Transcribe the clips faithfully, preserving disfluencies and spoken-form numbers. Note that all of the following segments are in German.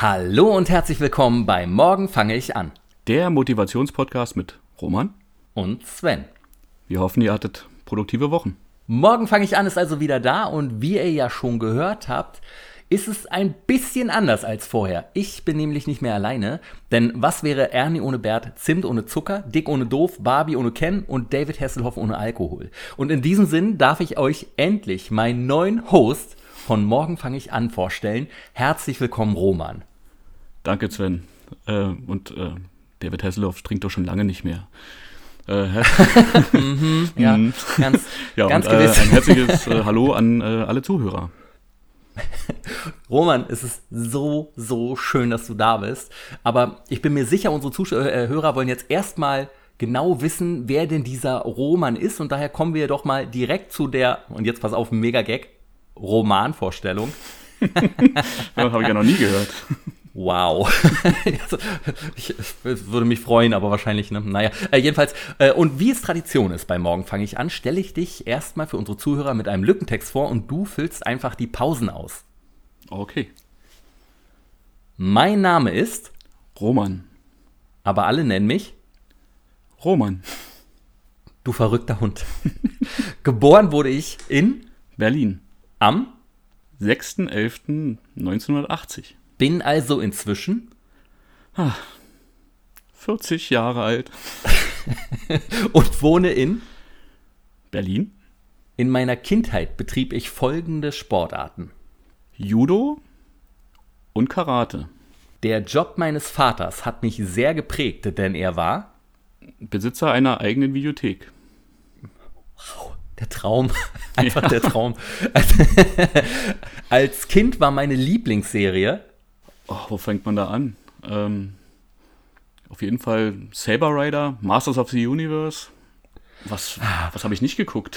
Hallo und herzlich willkommen bei Morgen fange ich an. Der Motivationspodcast mit Roman und Sven. Wir hoffen, ihr hattet produktive Wochen. Morgen fange ich an ist also wieder da und wie ihr ja schon gehört habt, ist es ein bisschen anders als vorher. Ich bin nämlich nicht mehr alleine, denn was wäre Ernie ohne Bert, Zimt ohne Zucker, Dick ohne Doof, Barbie ohne Ken und David Hasselhoff ohne Alkohol? Und in diesem Sinn darf ich euch endlich meinen neuen Host von Morgen fange ich an vorstellen. Herzlich willkommen, Roman. Danke, Sven. Äh, und äh, David Hasselhoff trinkt doch schon lange nicht mehr. Äh, mhm, ja, ganz, ja, ganz und, gewiss. Äh, ein herzliches äh, Hallo an äh, alle Zuhörer. Roman, es ist so, so schön, dass du da bist. Aber ich bin mir sicher, unsere Zuhörer wollen jetzt erstmal genau wissen, wer denn dieser Roman ist. Und daher kommen wir doch mal direkt zu der, und jetzt pass auf, Mega-Gag, Romanvorstellung. Das habe ich ja noch nie gehört. Wow. Ich würde mich freuen, aber wahrscheinlich, ne? Naja, äh, jedenfalls. Äh, und wie es Tradition ist bei Morgen fange ich an, stelle ich dich erstmal für unsere Zuhörer mit einem Lückentext vor und du füllst einfach die Pausen aus. Okay. Mein Name ist Roman. Aber alle nennen mich Roman. Du verrückter Hund. Geboren wurde ich in Berlin. Am sechster elfter neunzehnhundertachtzig. Bin also inzwischen ah, vierzig Jahre alt. und wohne in Berlin. In meiner Kindheit betrieb ich folgende Sportarten: Judo und Karate. Der Job meines Vaters hat mich sehr geprägt, denn er war Besitzer einer eigenen Videothek. Wow, der Traum. Einfach ja. Der Traum. Als Kind war meine Lieblingsserie. Oh, wo fängt man da an? Ähm, auf jeden Fall Saber Rider, Masters of the Universe. Was, was habe ich nicht geguckt?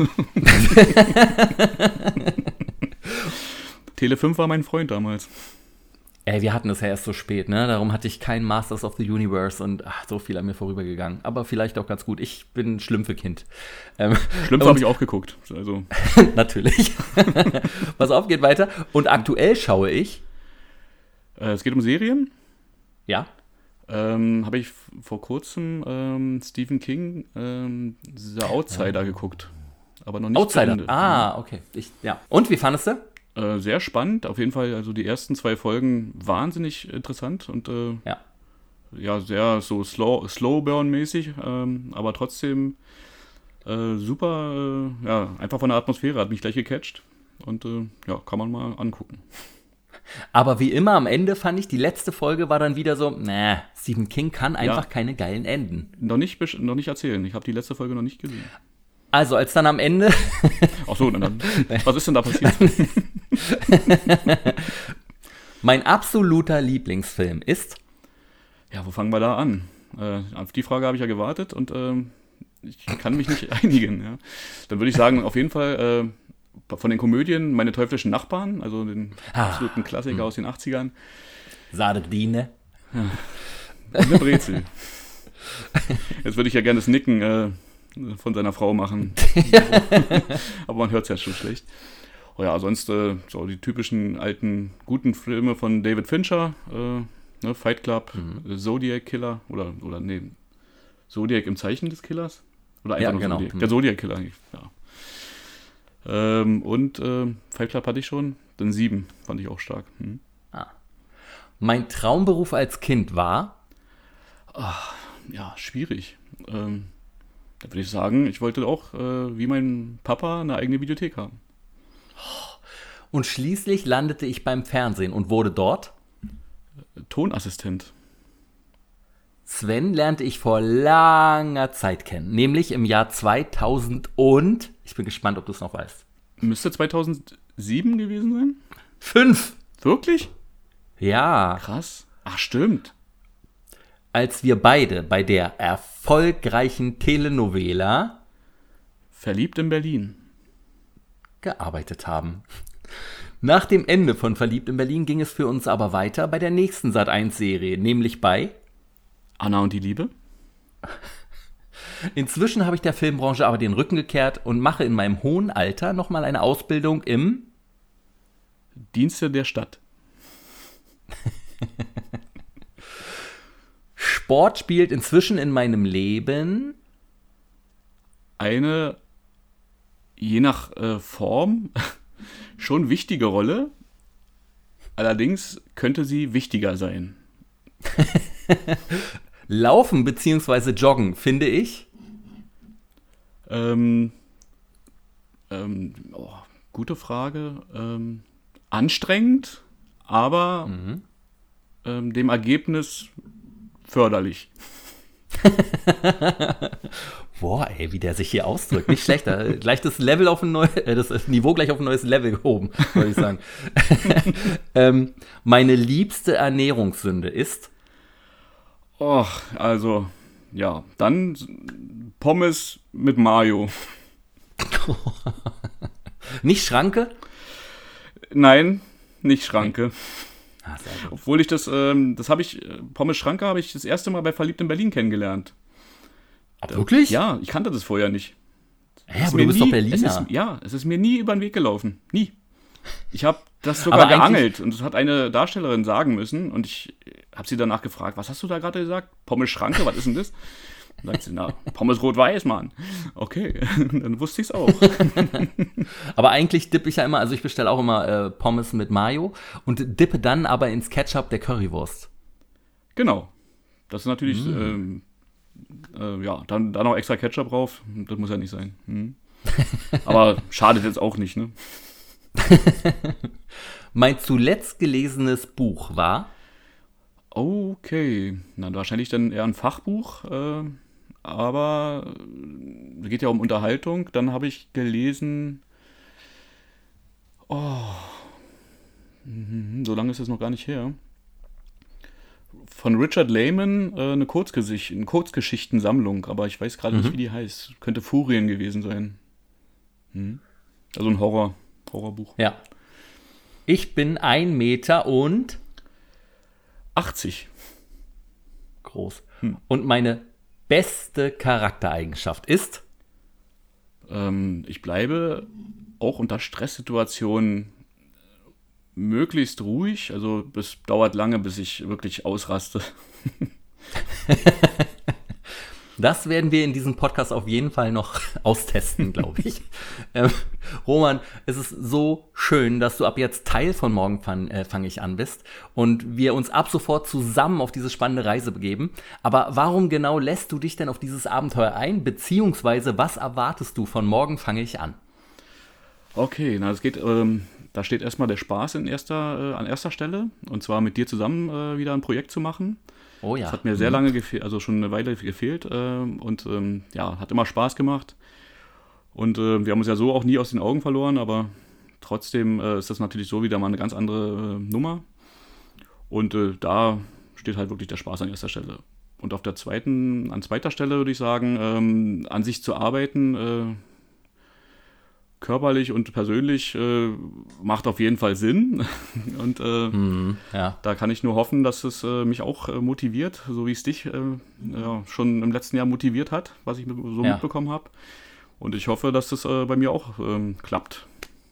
Tele fünf war mein Freund damals. Ey, wir hatten es ja erst so spät, ne? Darum hatte ich kein Masters of the Universe und ach, so viel an mir vorübergegangen. Aber vielleicht auch ganz gut. Ich bin ein Schlümpfe-Kind. Ähm, Schlümpfe habe ich auch geguckt. Also. Natürlich. Pass auf, geht weiter. Und aktuell schaue ich. Äh, es geht um Serien. Ja. Ähm, habe ich f- vor kurzem ähm, Stephen King ähm, The Outsider oh. geguckt. Aber noch nicht Outsider. Ah, okay. Ich, ja. Und wie fandest du? Äh, sehr spannend, auf jeden Fall. Also die ersten zwei Folgen wahnsinnig interessant und äh, ja. ja, sehr so slow, slow burn-mäßig, ähm, aber trotzdem äh, super, äh, ja, einfach von der Atmosphäre, hat mich gleich gecatcht und äh, ja, kann man mal angucken. Aber wie immer am Ende fand ich, die letzte Folge war dann wieder so, nah, Stephen King kann einfach ja. keine geilen Enden. Noch nicht, noch nicht erzählen, ich habe die letzte Folge noch nicht gesehen. Also, als dann am Ende... Ach so, dann, was ist denn da passiert? Mein absoluter Lieblingsfilm ist... Ja, wo fangen wir da an? Äh, auf die Frage habe ich ja gewartet und äh, ich kann mich nicht einigen. Ja. Dann würde ich sagen, auf jeden Fall äh, von den Komödien Meine teuflischen Nachbarn, also den ah. absoluten Klassiker hm. aus den achtzigern. Sardine. Ja. Und eine Brezel. Jetzt würde ich ja gerne das Nicken... Äh, von seiner Frau machen. Aber man hört es ja schon schlecht. Oh ja, sonst äh, so die typischen alten, guten Filme von David Fincher, äh, ne, Fight Club, mhm. Zodiac Killer, oder, oder nee, Zodiac im Zeichen des Killers? Oder einfach ja, nur genau. Zodiac. Der Zodiac Killer, ja. Ähm, und äh, Fight Club hatte ich schon, dann sieben, fand ich auch stark. Hm. Ah. Mein Traumberuf als Kind war? Ach, ja, schwierig. Ähm, Da würde ich sagen, ich wollte auch, äh, wie mein Papa, eine eigene Videothek haben. Und schließlich landete ich beim Fernsehen und wurde dort? Tonassistent. Sven lernte ich vor langer Zeit kennen, nämlich im Jahr zweitausend und, ich bin gespannt, ob du es noch weißt. Müsste zweitausendsieben gewesen sein? Fünf! Wirklich? Ja. Krass. Ach, stimmt. Als wir beide bei der erfolgreichen Telenovela Verliebt in Berlin gearbeitet haben. Nach dem Ende von Verliebt in Berlin ging es für uns aber weiter bei der nächsten Sat eins Serie, nämlich bei Anna und die Liebe. Inzwischen habe ich der Filmbranche aber den Rücken gekehrt und mache in meinem hohen Alter nochmal eine Ausbildung im Dienste der Stadt. Sport spielt inzwischen in meinem Leben eine, je nach äh, Form, schon wichtige Rolle. Allerdings könnte sie wichtiger sein. Laufen bzw. Joggen, finde ich. Ähm, ähm, oh, gute Frage. Ähm, anstrengend, aber mhm. ähm, dem Ergebnis förderlich. Boah, ey, wie der sich hier ausdrückt. Nicht schlecht. Gleich das Level auf ein neues, äh, das Niveau gleich auf ein neues Level gehoben, würde ich sagen. ähm, meine liebste Ernährungssünde ist? Och, also, ja, dann Pommes mit Mayo. Nicht Schranke? Nein, nicht Schranke. Ah, sehr gut. Obwohl ich das, ähm, das habe ich, Pommes Schranke habe ich das erste Mal bei Verliebt in Berlin kennengelernt. Ach, wirklich? Ja, ich kannte das vorher nicht. Ja, aber du bist nie, doch Berliner. Es ist, ja, es ist mir nie über den Weg gelaufen. Nie. Ich habe das sogar geangelt und das hat eine Darstellerin sagen müssen und ich habe sie danach gefragt, was hast du da gerade gesagt? Pommes Schranke, was ist denn das? Und sagt sie, na, Pommes rot-weiß, Mann. Okay, dann wusste ich es auch. Aber eigentlich dippe ich ja immer, also ich bestelle auch immer äh, Pommes mit Mayo und dippe dann aber ins Ketchup der Currywurst. Genau. Das ist natürlich, mm. ähm, äh, ja, dann, dann noch extra Ketchup drauf. Das muss ja nicht sein. Hm. Aber schadet jetzt auch nicht, ne? Mein zuletzt gelesenes Buch war? Okay, na wahrscheinlich dann eher ein Fachbuch, äh, aber es geht ja um Unterhaltung. Dann habe ich gelesen, oh, so lange ist es noch gar nicht her, von Richard Lehman, äh, eine, Kurzgesicht, eine Kurzgeschichtensammlung, aber ich weiß gerade mhm. nicht, wie die heißt. Könnte Furien gewesen sein. Hm. Also ein Horror, Horrorbuch. Ja. Ich bin ein Meter und achtzig. Groß. Hm. Und meine beste Charaktereigenschaft ist? Ähm, ich bleibe auch unter Stresssituationen möglichst ruhig. Also es dauert lange, bis ich wirklich ausraste. Das werden wir in diesem Podcast auf jeden Fall noch austesten, glaube ich. ähm, Roman, es ist so schön, dass du ab jetzt Teil von Morgen fang, äh, fang ich an bist und wir uns ab sofort zusammen auf diese spannende Reise begeben. Aber warum genau lässt du dich denn auf dieses Abenteuer ein, beziehungsweise was erwartest du von Morgen fange ich an? Okay, na es geht, ähm, da steht erstmal der Spaß in erster, äh, an erster Stelle und zwar mit dir zusammen äh, wieder ein Projekt zu machen. Oh ja. Das hat mir sehr lange gefehlt, also schon eine Weile gefehlt äh, und ähm, ja, hat immer Spaß gemacht. Und äh, wir haben uns ja so auch nie aus den Augen verloren, aber trotzdem äh, ist das natürlich so wieder mal eine ganz andere äh, Nummer. Und äh, da steht halt wirklich der Spaß an erster Stelle. Und auf der zweiten, an zweiter Stelle würde ich sagen, ähm, an sich zu arbeiten, äh, körperlich und persönlich äh, macht auf jeden Fall Sinn. Und äh, mhm, ja. da kann ich nur hoffen, dass es äh, mich auch äh, motiviert, so wie es dich äh, ja, schon im letzten Jahr motiviert hat, was ich so ja. mitbekommen habe. Und ich hoffe, dass das äh, bei mir auch ähm, klappt.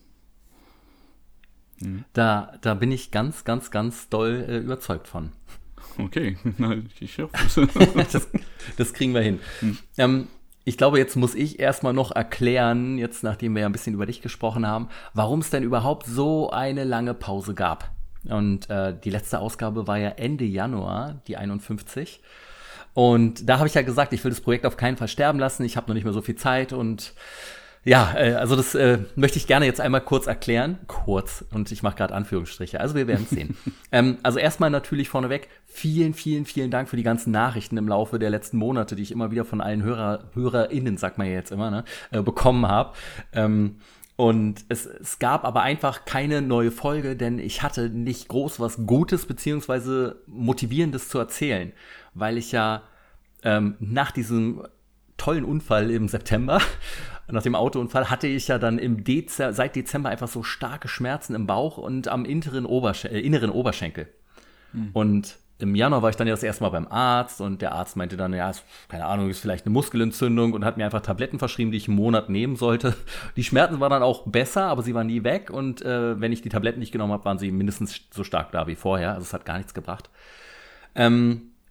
Mhm. Da, da bin ich ganz, ganz, ganz doll äh, überzeugt von. Okay, na, ich hoffe es. das, das kriegen wir hin. Mhm. Ähm, Ich glaube, jetzt muss ich erstmal noch erklären, jetzt nachdem wir ja ein bisschen über dich gesprochen haben, warum es denn überhaupt so eine lange Pause gab. Und äh, die letzte Ausgabe war ja Ende Januar, die einundfünfzig. Und da habe ich ja gesagt, ich will das Projekt auf keinen Fall sterben lassen. Ich habe noch nicht mehr so viel Zeit und ja, äh, also das äh, möchte ich gerne jetzt einmal kurz erklären. Kurz, und ich mache gerade Anführungsstriche. Also wir werden es sehen. ähm, also erstmal natürlich vorneweg, vielen, vielen, vielen Dank für die ganzen Nachrichten im Laufe der letzten Monate, die ich immer wieder von allen Hörer, HörerInnen, sagt man ja jetzt immer, ne, äh, bekommen habe. Ähm, und es, es gab aber einfach keine neue Folge, denn ich hatte nicht groß was Gutes beziehungsweise Motivierendes zu erzählen, weil ich ja ähm, nach diesem tollen Unfall im September, nach dem Autounfall, hatte ich ja dann im Dez- seit Dezember einfach so starke Schmerzen im Bauch und am inneren, Obersch- äh, inneren Oberschenkel. Hm. Und im Januar war ich dann ja das erste Mal beim Arzt und der Arzt meinte dann, ja, ist, keine Ahnung, ist vielleicht eine Muskelentzündung und hat mir einfach Tabletten verschrieben, die ich einen Monat nehmen sollte. Die Schmerzen waren dann auch besser, aber sie waren nie weg und äh, wenn ich die Tabletten nicht genommen habe, waren sie mindestens so stark da wie vorher. Also es hat gar nichts gebracht. Ähm,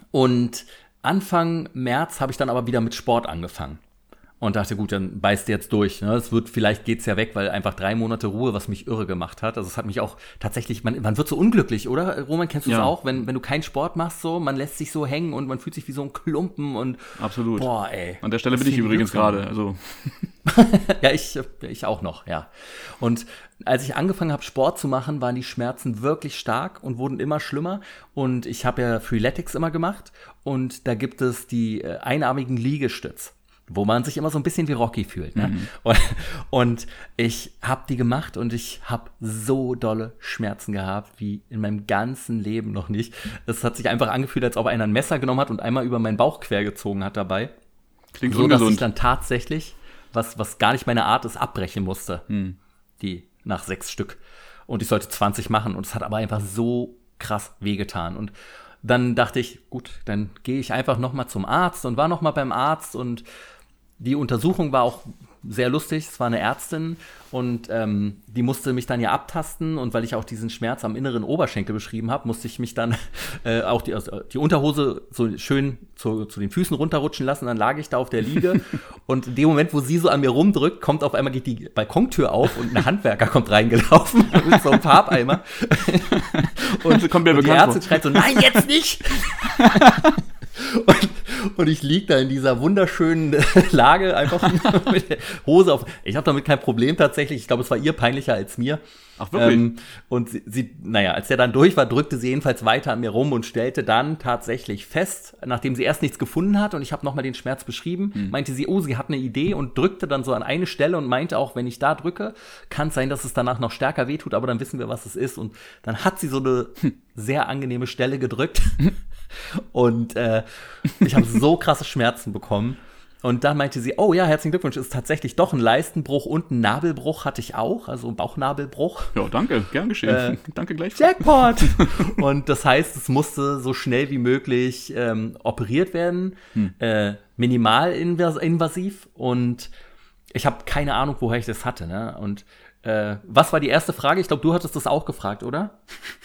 Und Anfang März habe ich dann aber wieder mit Sport angefangen. Und dachte, gut, dann beißt du jetzt durch. Ne? Es wird, vielleicht geht's ja weg, weil einfach drei Monate Ruhe, was mich irre gemacht hat. Also es hat mich auch tatsächlich, man, man wird so unglücklich, oder? Roman, kennst du es Ja. auch? Wenn, wenn du keinen Sport machst, so, man lässt sich so hängen und man fühlt sich wie so ein Klumpen und Absolut. boah, ey. An der Stelle Das bin ich sind die übrigens Glücksmomente. gerade. Also, Ja, ich, ich auch noch, ja. Und als ich angefangen habe, Sport zu machen, waren die Schmerzen wirklich stark und wurden immer schlimmer. Und ich habe ja Freeletics immer gemacht. Und da gibt es die äh, einarmigen Liegestütz, wo man sich immer so ein bisschen wie Rocky fühlt. Ne? Mhm. Und, und ich habe die gemacht und ich habe so dolle Schmerzen gehabt wie in meinem ganzen Leben noch nicht. Es hat sich einfach angefühlt, als ob einer ein Messer genommen hat und einmal über meinen Bauch quer gezogen hat dabei. klingt So, dass ich ungesund. dann tatsächlich, was, was gar nicht meine Art ist, abbrechen musste. Hm. Die nach sechs Stück. Und ich sollte zwanzig machen. Und es hat aber einfach so krass wehgetan. Und dann dachte ich, gut, dann gehe ich einfach noch mal zum Arzt und war noch mal beim Arzt. Und die Untersuchung war auch sehr lustig. Es war eine Ärztin und ähm, die musste mich dann ja abtasten. Und weil ich auch diesen Schmerz am inneren Oberschenkel beschrieben habe, musste ich mich dann äh, auch die, also die Unterhose so schön zu, zu den Füßen runterrutschen lassen. Dann lag ich da auf der Liege. Und in dem Moment, wo sie so an mir rumdrückt, kommt auf einmal, geht die Balkontür auf und ein Handwerker kommt reingelaufen mit so einem Farbeimer. Und, Kommt mir und die bekannt Ärztin schreit so, nein, jetzt nicht! Und, und ich lieg da in dieser wunderschönen Lage, einfach mit der Hose auf. Ich habe damit kein Problem tatsächlich. Ich glaube, es war ihr peinlicher als mir. Ach, wirklich? Ähm, und sie, sie, naja, als der dann durch war, drückte sie jedenfalls weiter an mir rum und stellte dann tatsächlich fest, nachdem sie erst nichts gefunden hat und ich habe nochmal den Schmerz beschrieben, Hm. meinte sie, oh, sie hat eine Idee und drückte dann so an eine Stelle und meinte auch, wenn ich da drücke, kann es sein, dass es danach noch stärker wehtut, aber dann wissen wir, was es ist. Und dann hat sie so eine sehr angenehme Stelle gedrückt und äh, ich habe so krasse Schmerzen bekommen. Und dann meinte sie, oh ja, herzlichen Glückwunsch, ist tatsächlich doch ein Leistenbruch und ein Nabelbruch hatte ich auch, also ein Bauchnabelbruch. Ja, danke, gern geschehen. Äh, danke gleichfalls. Jackpot! Und das heißt, es musste so schnell wie möglich ähm, operiert werden, Hm. äh, minimalinvasiv und ich habe keine Ahnung, woher ich das hatte. Ne? Und äh, was war die erste Frage? Ich glaube, du hattest das auch gefragt, oder?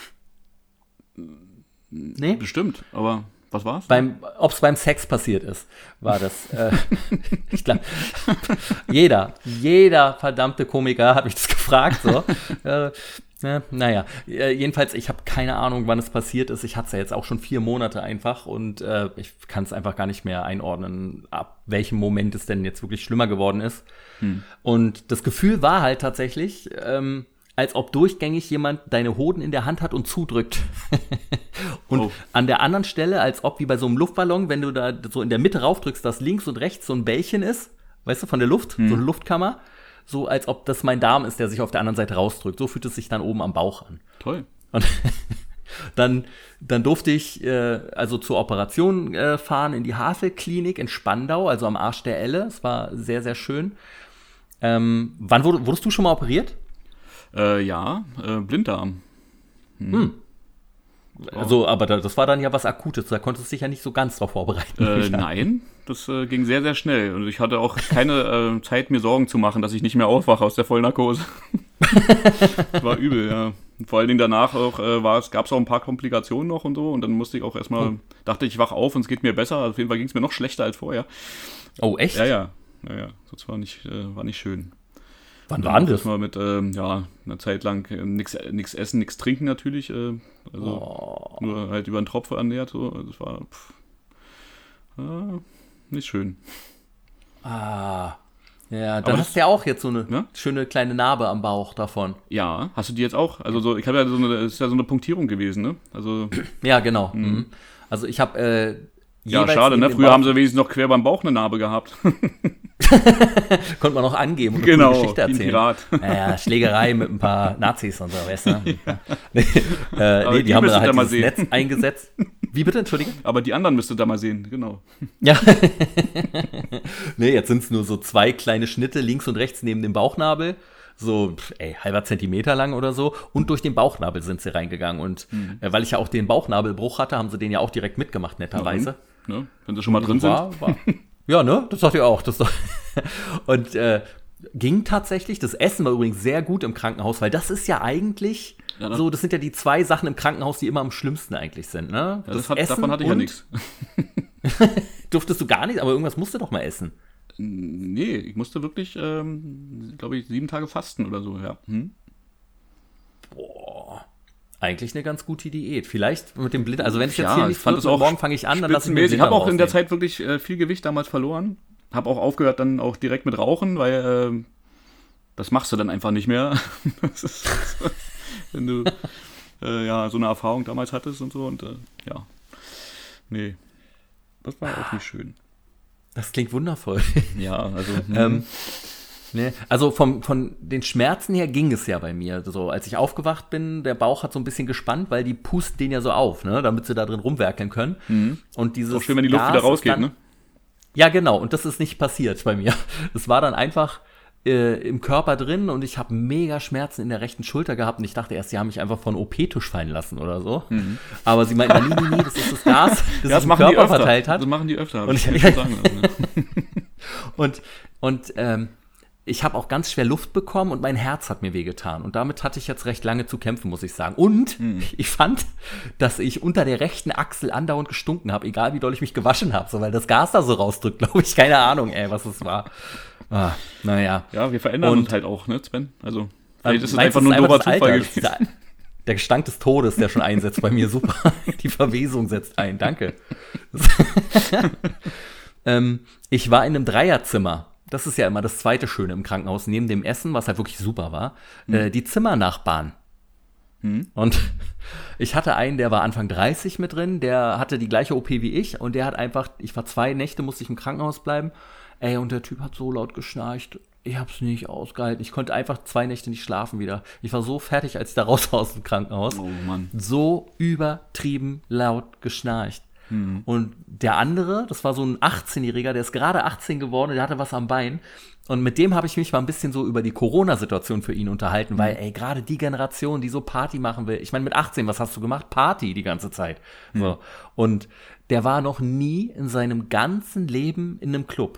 Nee? Bestimmt, aber was war's? Beim, ob es beim Sex passiert ist, war das. Äh, ich glaube, jeder, jeder verdammte Komiker hat mich das gefragt. So. äh, äh, naja, äh, jedenfalls, ich habe keine Ahnung, wann es passiert ist. Ich hatte es ja jetzt auch schon vier Monate einfach und äh, ich kann es einfach gar nicht mehr einordnen, ab welchem Moment es denn jetzt wirklich schlimmer geworden ist. Hm. Und das Gefühl war halt tatsächlich, ähm, als ob durchgängig jemand deine Hoden in der Hand hat und zudrückt. Und Oh. an der anderen Stelle, als ob wie bei so einem Luftballon, wenn du da so in der Mitte raufdrückst, dass links und rechts so ein Bällchen ist, weißt du, von der Luft, Hm. so eine Luftkammer, so als ob das mein Darm ist, der sich auf der anderen Seite rausdrückt. So fühlt es sich dann oben am Bauch an. Toll. Und dann, dann durfte ich äh, also zur Operation äh, fahren in die Havel-Klinik in Spandau, also am Arsch der Elle. Es war sehr, sehr schön. Ähm, wann wurde, wurdest du schon mal operiert? Äh, ja, äh, Blinddarm. Hm. Also, aber da, das war dann ja was Akutes, da konntest du dich ja nicht so ganz drauf vorbereiten. Äh, nein, das äh, ging sehr, sehr schnell. Und ich hatte auch keine äh, Zeit, mir Sorgen zu machen, dass ich nicht mehr aufwache aus der Vollnarkose. War übel, ja. Und vor allen Dingen danach auch, äh, gab es auch ein paar Komplikationen noch und so. Und dann musste ich auch erstmal, Oh. dachte ich, wach auf und es geht mir besser. Auf jeden Fall ging es mir noch schlechter als vorher. Oh, echt? Ja, ja. Ja, ja. Das war nicht, äh, war nicht schön. Wann war denn das? Mal mit, ähm, ja, einer Zeit lang äh, nichts nix essen, nichts trinken natürlich. Äh, also Oh. nur halt über den Tropf ernährt. So. Das war pff, äh, nicht schön. Ah. Ja, dann Aber hast du ja auch jetzt so eine Ja? schöne kleine Narbe am Bauch davon. Ja, hast du die jetzt auch? Also so, ich habe ja so eine, das ist ja so eine Punktierung gewesen, ne? Also Ja, genau. Mhm. Also ich habe äh, ja, jeweils schade, neben ne? dem Früher Bauch- haben sie wenigstens noch quer beim Bauch eine Narbe gehabt. konnte man noch angeben und Genau, eine Geschichte wie ein erzählen. Pirat. Naja, Schlägerei mit ein paar Nazis und so, weißt du? Ja. Nee, äh, Aber nee, die die haben müsstet da halt ihr mal dieses sehen. Netz eingesetzt. Wie bitte, Entschuldige? Aber die anderen müsstet ihr da mal sehen, genau. Ja. Nee, jetzt sind es nur so zwei kleine Schnitte links und rechts neben dem Bauchnabel. So, pf, ey, halber Zentimeter lang oder so. Und durch den Bauchnabel sind sie reingegangen. Und Mhm. äh, weil ich ja auch den Bauchnabelbruch hatte, haben sie den ja auch direkt mitgemacht, netterweise. Ne? Wenn sie schon mal drin sind. War, war. Ja, ne? Das sagt ihr auch. Das doch. Und äh, ging tatsächlich. Das Essen war übrigens sehr gut im Krankenhaus, weil das ist ja eigentlich Ja, das- so, das sind ja die zwei Sachen im Krankenhaus, die immer am schlimmsten eigentlich sind, ne? Ja, das hat, davon hatte ich ja und- nichts. Durftest du gar nicht, aber irgendwas musst du doch mal essen. Nee, ich musste wirklich, ähm, glaube ich, sieben Tage fasten oder so, ja. Hm? Boah. Eigentlich eine ganz gute Diät. Vielleicht mit dem Blind, also wenn ich jetzt Ja, hier ich nicht fand wird, es auch morgen fange ich an, dann lasse ich mir den spitzenmäßig. Ich habe auch in der rausnehmen. Zeit wirklich äh, viel Gewicht damals verloren. Habe auch aufgehört dann auch direkt mit Rauchen, weil ähm, das machst du dann einfach nicht mehr. Das ist, wenn du äh, ja so eine Erfahrung damals hattest und so und äh, ja. Nee. Das war auch nicht schön. Das klingt wundervoll. Ja, also. hm. ähm, ne, also vom, von den Schmerzen her ging es ja bei mir. So, als ich aufgewacht bin, der Bauch hat so ein bisschen gespannt, weil die pusten den ja so auf, ne, damit sie da drin rumwerkeln können. Mhm. Und dieses Ist auch schön, wenn die Luft Gas wieder ist rausgeht, dann, ne? Ja, genau. Und das ist nicht passiert bei mir. Es war dann einfach äh, im Körper drin und ich habe mega Schmerzen in der rechten Schulter gehabt und ich dachte erst, sie haben mich einfach von O P-Tisch fallen lassen oder so. Mhm. Aber sie meinten, nee, nee, nee, das ist das Gas, das Ja, sich das im machen die Körper öfter. verteilt hat. Das machen die öfter. hab Und ich ich- schon sagen lassen, ne? Und, und ähm, ich habe auch ganz schwer Luft bekommen und mein Herz hat mir wehgetan. Und damit hatte ich jetzt recht lange zu kämpfen, muss ich sagen. Und ich fand, dass ich unter der rechten Achsel andauernd gestunken habe, egal wie doll ich mich gewaschen habe, so, weil das Gas da so rausdrückt, glaube ich. Keine Ahnung, ey, was es war. Ah, naja. Ja, wir verändern Und- uns halt auch, ne, Sven? Also, vielleicht ist es Meinst du, einfach nur ein doofer das Alter, Zufall das ist gewesen. der, der Gestank des Todes, der schon einsetzt bei mir. Super. Die Verwesung setzt ein. Danke. ähm, ich war in einem Dreierzimmer. Das ist ja immer das zweite Schöne im Krankenhaus, neben dem Essen, was halt wirklich super war. Äh, die Zimmernachbarn. Und ich hatte einen, der war Anfang dreißig mit drin, der hatte die gleiche O P wie ich und der hat einfach, ich war zwei Nächte, musste ich im Krankenhaus bleiben. Ey, und der Typ hat so laut geschnarcht, ich hab's nicht ausgehalten. Ich konnte einfach zwei Nächte nicht schlafen wieder. Ich war so fertig, als ich da raus war aus dem Krankenhaus. Oh Mann. So übertrieben laut geschnarcht. Und der andere, das war so ein achtzehnjähriger, der ist gerade achtzehn geworden und der hatte was am Bein. Und mit dem habe ich mich mal ein bisschen so über die Corona-Situation für ihn unterhalten, weil, ey, gerade die Generation, die so Party machen will. Ich meine, mit achtzehn, was hast du gemacht? Party die ganze Zeit. So. Und der war noch nie in seinem ganzen Leben in einem Club.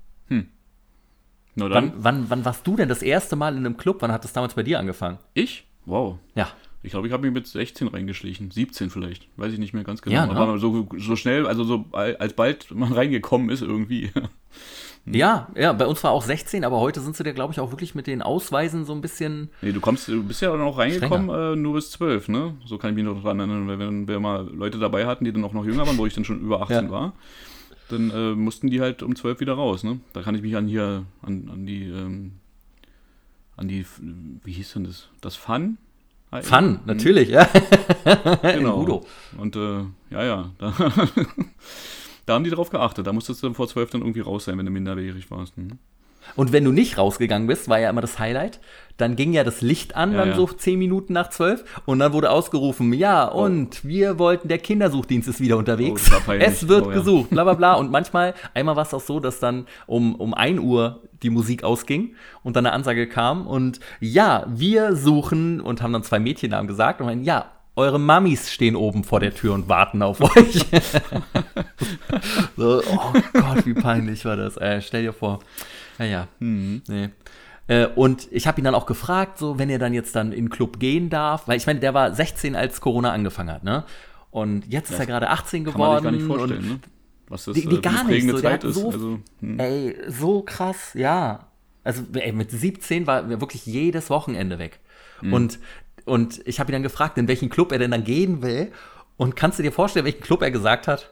Na dann, Wann, wann, wann warst du denn das erste Mal in einem Club? Wann hat das damals bei dir angefangen? ich? Wow. Ja. Ich glaube, ich habe mich mit sechzehn reingeschlichen. siebzehn vielleicht. Weiß ich nicht mehr ganz genau. Ja, ne? Aber so, so schnell, also so al- als bald man reingekommen ist irgendwie. Ja, ja, bei uns war auch sechzehn, aber heute sind sie dir, glaube ich, auch wirklich mit den Ausweisen so ein bisschen. Nee, du kommst, du bist ja dann auch reingekommen äh, nur bis zwölf, ne? So kann ich mich noch dran erinnern, weil wenn wir mal Leute dabei hatten, die dann auch noch jünger waren, wo ich dann schon über achtzehn Ja. war, dann äh, mussten die halt um zwölf wieder raus, ne? Da kann ich mich an hier, an, an die, ähm, an die, wie hieß denn das? Das Fun? Fun, natürlich, ja. Genau. Udo. Und äh, ja, ja, da, da haben die drauf geachtet. Da musstest du vor zwölf dann irgendwie raus sein, wenn du minderjährig warst. Hm? Und wenn du nicht rausgegangen bist, war ja immer das Highlight, dann ging ja das Licht an, Ja, dann ja. so zehn Minuten nach zwölf und dann wurde ausgerufen, ja, und wir wollten, der Kindersuchdienst ist wieder Oh, unterwegs. das war peinlich. Es wird Oh, ja. gesucht, bla bla bla. Und manchmal, einmal war es auch so, dass dann um, um ein Uhr die Musik ausging und dann eine Ansage kam und ja, wir suchen und haben dann zwei Mädchennamen gesagt und meinen, ja, eure Mamis stehen oben vor der Tür und warten auf euch. So, oh Gott, wie peinlich war das. Äh, stell dir vor. Naja, Mhm. nee. Äh, und ich habe ihn dann auch gefragt, so, wenn er dann jetzt dann in den Club gehen darf, weil ich meine, der war sechzehn, als Corona angefangen hat, ne? Und jetzt ist er gerade achtzehn Kann man sich geworden. gar nicht vorstellen, und ne? Was das Die- die äh, gar für eine nicht prägende so, der Zeit hat ist. so- Also, hm. Ey, so krass, ja. Also ey, mit siebzehn war er wirklich jedes Wochenende weg. Mhm. Und, und ich habe ihn dann gefragt, in welchen Club er denn dann gehen will. Und kannst du dir vorstellen, welchen Club er gesagt hat?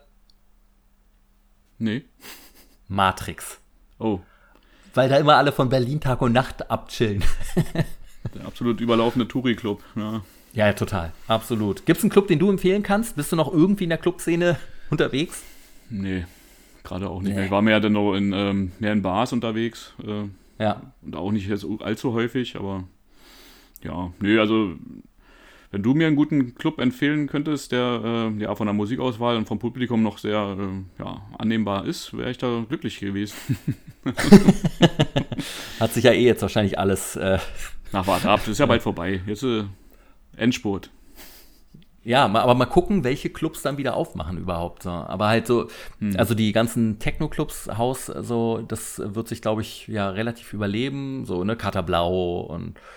Nee. Matrix. Oh, Weil da immer alle von Berlin Tag und Nacht abchillen. der absolut überlaufende Touri-Club. Ja. Ja, ja, total. Absolut. Gibt es einen Club, den du empfehlen kannst? Bist du noch irgendwie in der Clubszene unterwegs? Nee, gerade auch nicht Nee. mehr. Ich war mehr dann noch in, ähm, mehr in Bars unterwegs. Äh, Ja. und auch nicht jetzt allzu häufig, aber ja, nee, also wenn du mir einen guten Club empfehlen könntest, der äh, ja von der Musikauswahl und vom Publikum noch sehr äh, ja, annehmbar ist, wäre ich da glücklich gewesen. Hat sich ja eh jetzt wahrscheinlich alles. Äh, Na, warte ab, das ist ja bald vorbei. Jetzt äh, Endspurt. ja, ma- aber mal gucken, welche Clubs dann wieder aufmachen überhaupt. So. Aber halt so, also die ganzen Techno-Clubs, Haus, so, das wird sich, glaube ich, ja relativ überleben. So, ne, Kater Blau und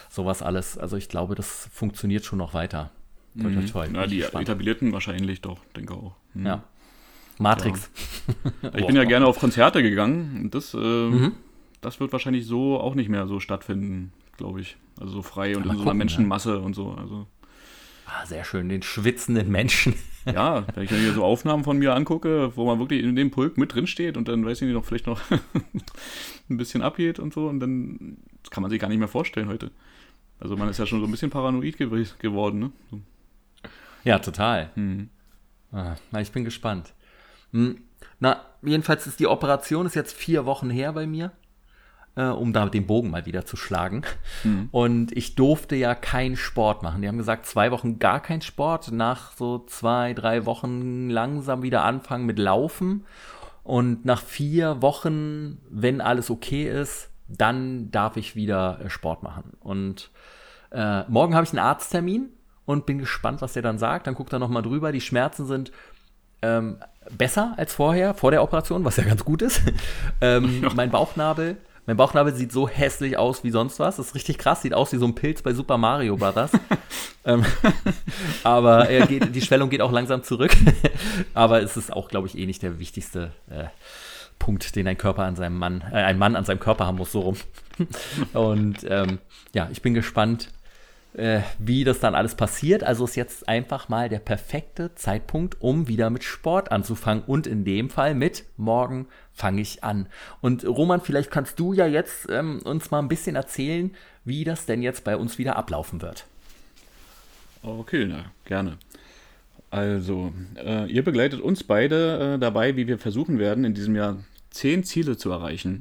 sowas alles. Also ich glaube, das funktioniert schon noch weiter. Toi, toi, toi. Mhm. Ja, Bin die gespannt. etablierten wahrscheinlich doch, denke auch. Mhm. Ja. Matrix. Ich bin ja gerne auf Konzerte gegangen und das, äh, Mhm. das wird wahrscheinlich so auch nicht mehr so stattfinden, glaube ich. Also so frei und mal in so einer gucken, Menschenmasse und so. Also Ah, sehr schön, den schwitzenden Menschen. ja, wenn ich mir hier so Aufnahmen von mir angucke, wo man wirklich in dem Pulk mit drin steht und dann, weiß ich nicht, noch vielleicht noch ein bisschen abgeht und so und dann das kann man sich gar nicht mehr vorstellen heute. Also man ist ja schon so ein bisschen paranoid gew geworden, ne? So. Ja, total. Mhm. Ah, na, ich bin gespannt. Hm, Na, jedenfalls ist die Operation ist jetzt vier Wochen her bei mir, äh, um da den Bogen mal wieder zu schlagen. Mhm. Und ich durfte ja keinen Sport machen. Die haben gesagt, zwei Wochen gar kein Sport, nach so zwei, drei Wochen langsam wieder anfangen mit Laufen. Und nach vier Wochen, wenn alles okay ist, dann darf ich wieder äh, Sport machen. Und äh, morgen habe ich einen Arzttermin und bin gespannt, was der dann sagt. Dann guckt er nochmal drüber. Die Schmerzen sind ähm, besser als vorher, vor der Operation, was ja ganz gut ist. ähm, Ja. Mein Bauchnabel, mein Bauchnabel sieht so hässlich aus wie sonst was. Das ist richtig krass, sieht aus wie so ein Pilz bei Super Mario Brothers. ähm, aber er geht, die Schwellung geht auch langsam zurück. Aber es ist auch, glaube ich, eh nicht der wichtigste äh, Punkt, den ein Körper an seinem Mann, äh, ein Mann an seinem Körper haben muss, so rum. Und ähm, ja, ich bin gespannt, äh, wie das dann alles passiert. Also ist jetzt einfach mal der perfekte Zeitpunkt, um wieder mit Sport anzufangen. Und in dem Fall mit morgen fange ich an. Und Roman, vielleicht kannst du ja jetzt ähm, uns mal ein bisschen erzählen, wie das denn jetzt bei uns wieder ablaufen wird. Okay, na, gerne. Also, äh, ihr begleitet uns beide äh, dabei, wie wir versuchen werden, in diesem Jahr zehn Ziele zu erreichen.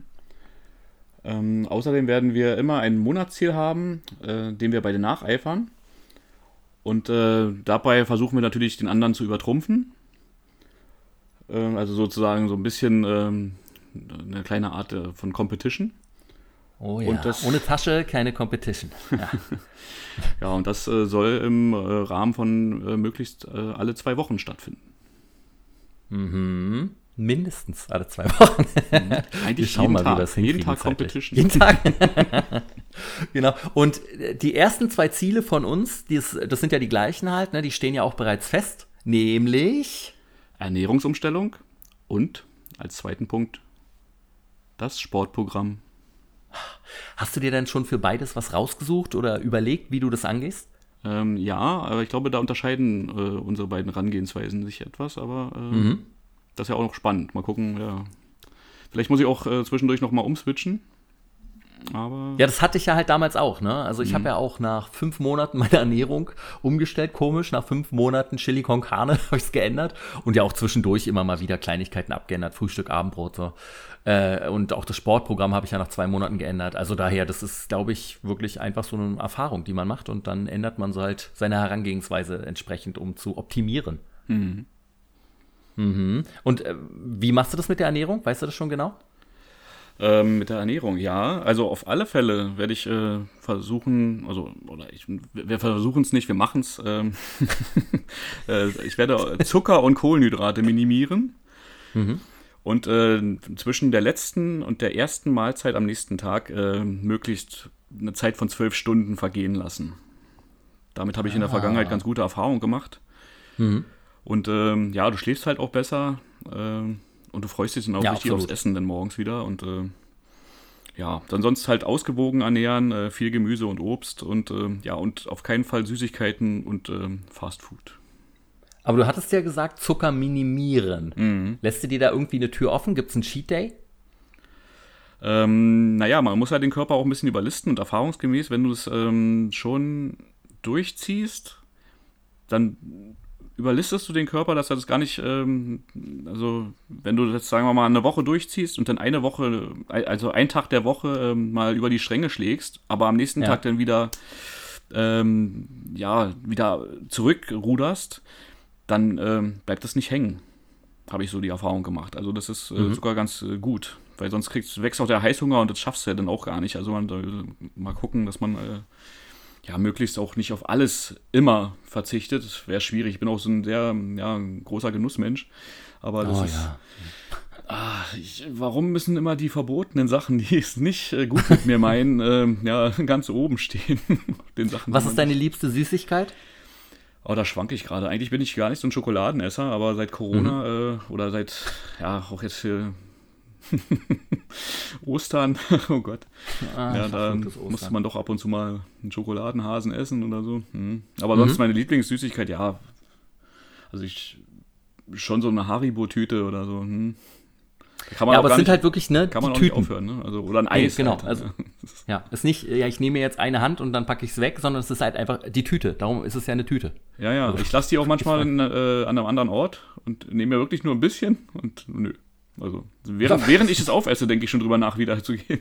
Ähm, außerdem werden wir immer ein Monatsziel haben, äh, dem wir beide nacheifern. Und äh, dabei versuchen wir natürlich, den anderen zu übertrumpfen. Äh, also sozusagen so ein bisschen ähm, eine kleine Art äh, von Competition. Oh ja, Und das- ohne Tasche keine Competition. Ja. Ja, und das äh, soll im äh, Rahmen von äh, möglichst äh, alle zwei Wochen stattfinden. Mhm. Mindestens alle zwei Wochen. Eigentlich Wir schauen jeden mal, wie Tag, wir das jeden hinkriegen Tag zeitlich. Competition. Jeden Tag. Genau. Und äh, die ersten zwei Ziele von uns, die ist, das sind ja die gleichen halt, ne? Die stehen ja auch bereits fest. Nämlich, Ernährungsumstellung und als zweiten Punkt das Sportprogramm. hast du dir denn schon für beides was rausgesucht oder überlegt, wie du das angehst? Ähm, ja, aber ich glaube, da unterscheiden äh, unsere beiden Herangehensweisen sich etwas, aber äh, Mhm. das ist ja auch noch spannend. Mal gucken, ja. Vielleicht muss ich auch äh, zwischendurch nochmal umswitchen. Aber Ja, das hatte ich ja halt damals auch, ne? Also ich habe ja auch nach fünf Monaten meine Ernährung umgestellt, komisch. Nach fünf Monaten Chili con Carne habe ich es geändert. Und ja auch zwischendurch immer mal wieder Kleinigkeiten abgeändert. Frühstück, Abendbrot, so. Äh, und auch das Sportprogramm habe ich ja nach zwei Monaten geändert. Also daher, das ist, glaube ich, wirklich einfach so eine Erfahrung, die man macht. Und dann ändert man so halt seine Herangehensweise entsprechend, um zu optimieren. Mhm. Mhm. Und äh, wie machst du das mit der Ernährung? Weißt du das schon genau? Ähm, mit der Ernährung, ja. Also auf alle Fälle werde ich äh, versuchen, also, oder ich, wir versuchen es nicht, wir machen es. Ähm, äh, ich werde Zucker und Kohlenhydrate minimieren Mhm. und äh, zwischen der letzten und der ersten Mahlzeit am nächsten Tag äh, möglichst eine Zeit von zwölf Stunden vergehen lassen. Damit habe ich in der Ah. Vergangenheit ganz gute Erfahrungen gemacht. Mhm. Und ähm, ja, du schläfst halt auch besser ähm, und du freust dich dann auch Ja, richtig absolut. aufs Essen dann morgens wieder. Und äh, ja, dann sonst halt ausgewogen ernähren, äh, viel Gemüse und Obst und äh, ja, und auf keinen Fall Süßigkeiten und ähm, Fast Food. Aber du hattest ja gesagt, Zucker minimieren. Mhm. Lässt du dir da irgendwie eine Tür offen? Gibt es einen Cheat Day? Ähm, naja, man muss halt den Körper auch ein bisschen überlisten und erfahrungsgemäß, wenn du es ähm, schon durchziehst, dann überlistest du den Körper, dass er das gar nicht, ähm, also wenn du das, sagen wir mal, eine Woche durchziehst und dann eine Woche, also einen Tag der Woche ähm, mal über die Stränge schlägst, aber am nächsten Ja. Tag dann wieder, ähm, ja, wieder zurückruderst, dann ähm, bleibt das nicht hängen, habe ich so die Erfahrung gemacht. Also das ist äh, Mhm. sogar ganz äh, gut, weil sonst kriegst, wächst auch der Heißhunger und das schaffst du ja dann auch gar nicht. Also man, äh, mal gucken, dass man äh, ja, möglichst auch nicht auf alles immer verzichtet. Das wäre schwierig. Ich bin auch so ein sehr ja, ein großer Genussmensch. Aber das Oh ist, ja. Ah, ich, warum müssen immer die verbotenen Sachen, die es nicht äh, gut mit mir meinen, ähm, ja, ganz oben stehen? Den Sachen, Was die ist man deine nicht- liebste Süßigkeit? Oh, da schwanke ich gerade. Eigentlich bin ich gar nicht so ein Schokoladenesser, aber seit Corona äh, oder seit, ja, auch jetzt für Ostern, oh Gott, Ah, ja, da verfluchtes Ostern. musste man doch ab und zu mal einen Schokoladenhasen essen oder so. Hm. Aber sonst meine Lieblingssüßigkeit, ja, also ich, schon so eine Haribo-Tüte oder so. Hm. Da kann man Ja, auch aber es gar sind nicht, halt wirklich, ne, kann man die auch nicht Tüten. aufhören, ne? Also, oder ein Nee, Eis. genau, halt, also- ja. Ja, ist nicht, ja, ich nehme jetzt eine Hand und dann packe ich es weg, sondern es ist halt einfach die Tüte. Darum ist es ja eine Tüte. Ja, ja, ich lasse die auch manchmal in, äh, an einem anderen Ort und nehme mir wirklich nur ein bisschen und nö. Also, während, während ich es aufesse, denke ich schon drüber nach, wieder zu gehen.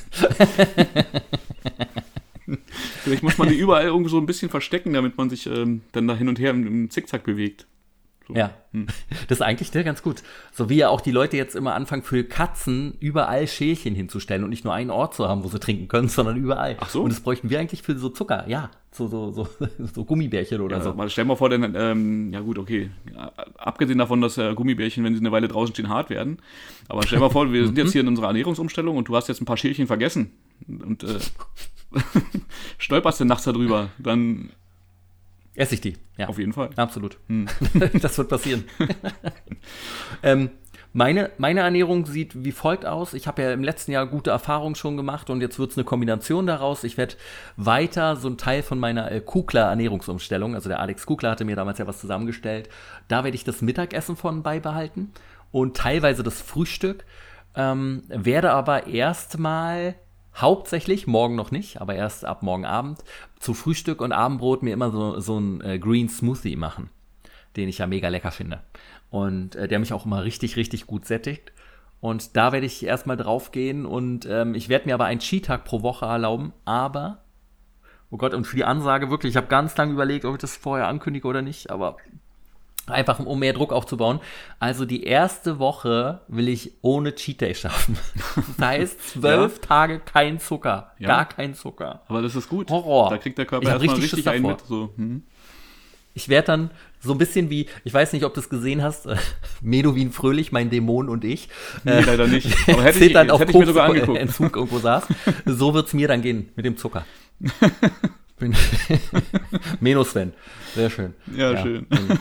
Vielleicht muss man die überall irgendwo so ein bisschen verstecken, damit man sich ähm, dann da hin und her im, im Zickzack bewegt. So. Ja, das ist eigentlich ne, ganz gut. So wie ja auch die Leute jetzt immer anfangen, für Katzen überall Schälchen hinzustellen und nicht nur einen Ort zu haben, wo sie trinken können, sondern überall. Ach so. Und das bräuchten wir eigentlich für so Zucker, ja, so, so, so, so Gummibärchen oder Ja, so. mal stell mal vor, denn, ähm, ja gut, okay, ja, abgesehen davon, dass äh, Gummibärchen, wenn sie eine Weile draußen stehen, hart werden, aber stell mal vor, wir sind jetzt hier in unserer Ernährungsumstellung und du hast jetzt ein paar Schälchen vergessen und äh, stolperst du nachts darüber, dann Esse ich die, ja. auf jeden Fall. Absolut. Das wird passieren. ähm, meine, meine Ernährung sieht wie folgt aus. Ich habe ja im letzten Jahr gute Erfahrungen schon gemacht und jetzt wird es eine Kombination daraus. Ich werde weiter so ein Teil von meiner äh, Kugler-Ernährungsumstellung, also der Alex Kugler hatte mir damals ja was zusammengestellt, da werde ich das Mittagessen von beibehalten und teilweise das Frühstück, ähm, werde aber erstmal hauptsächlich, morgen noch nicht, aber erst ab morgen Abend, zu Frühstück und Abendbrot mir immer so, so einen äh, Green Smoothie machen, den ich ja mega lecker finde. Und äh, der mich auch immer richtig, richtig gut sättigt. Und da werde ich erstmal drauf gehen und ähm, ich werde mir aber einen Cheat-Tag pro Woche erlauben, aber, oh Gott, und für die Ansage wirklich, ich habe ganz lange überlegt, ob ich das vorher ankündige oder nicht, aber einfach um mehr Druck aufzubauen. Also die erste Woche will ich ohne Cheat Day schaffen. Das heißt, zwölf Ja. Tage kein Zucker. Ja. Gar kein Zucker. Aber das ist gut. Horror. Da kriegt der Körper Ich hab erstmal richtig richtig, Schiss einen davor. mit. So. Hm. Ich werde dann so ein bisschen wie, ich weiß nicht, ob du es gesehen hast, äh, Medowin Fröhlich, mein Dämon und ich. Nee, leider nicht. Aber hätte ich, Zitternd das auf hätte ich mir sogar Koks- angeguckt. Entzug irgendwo saß. So wird es mir dann gehen mit dem Zucker. Bin Meno Sven. Sehr schön. Ja, schön. Und-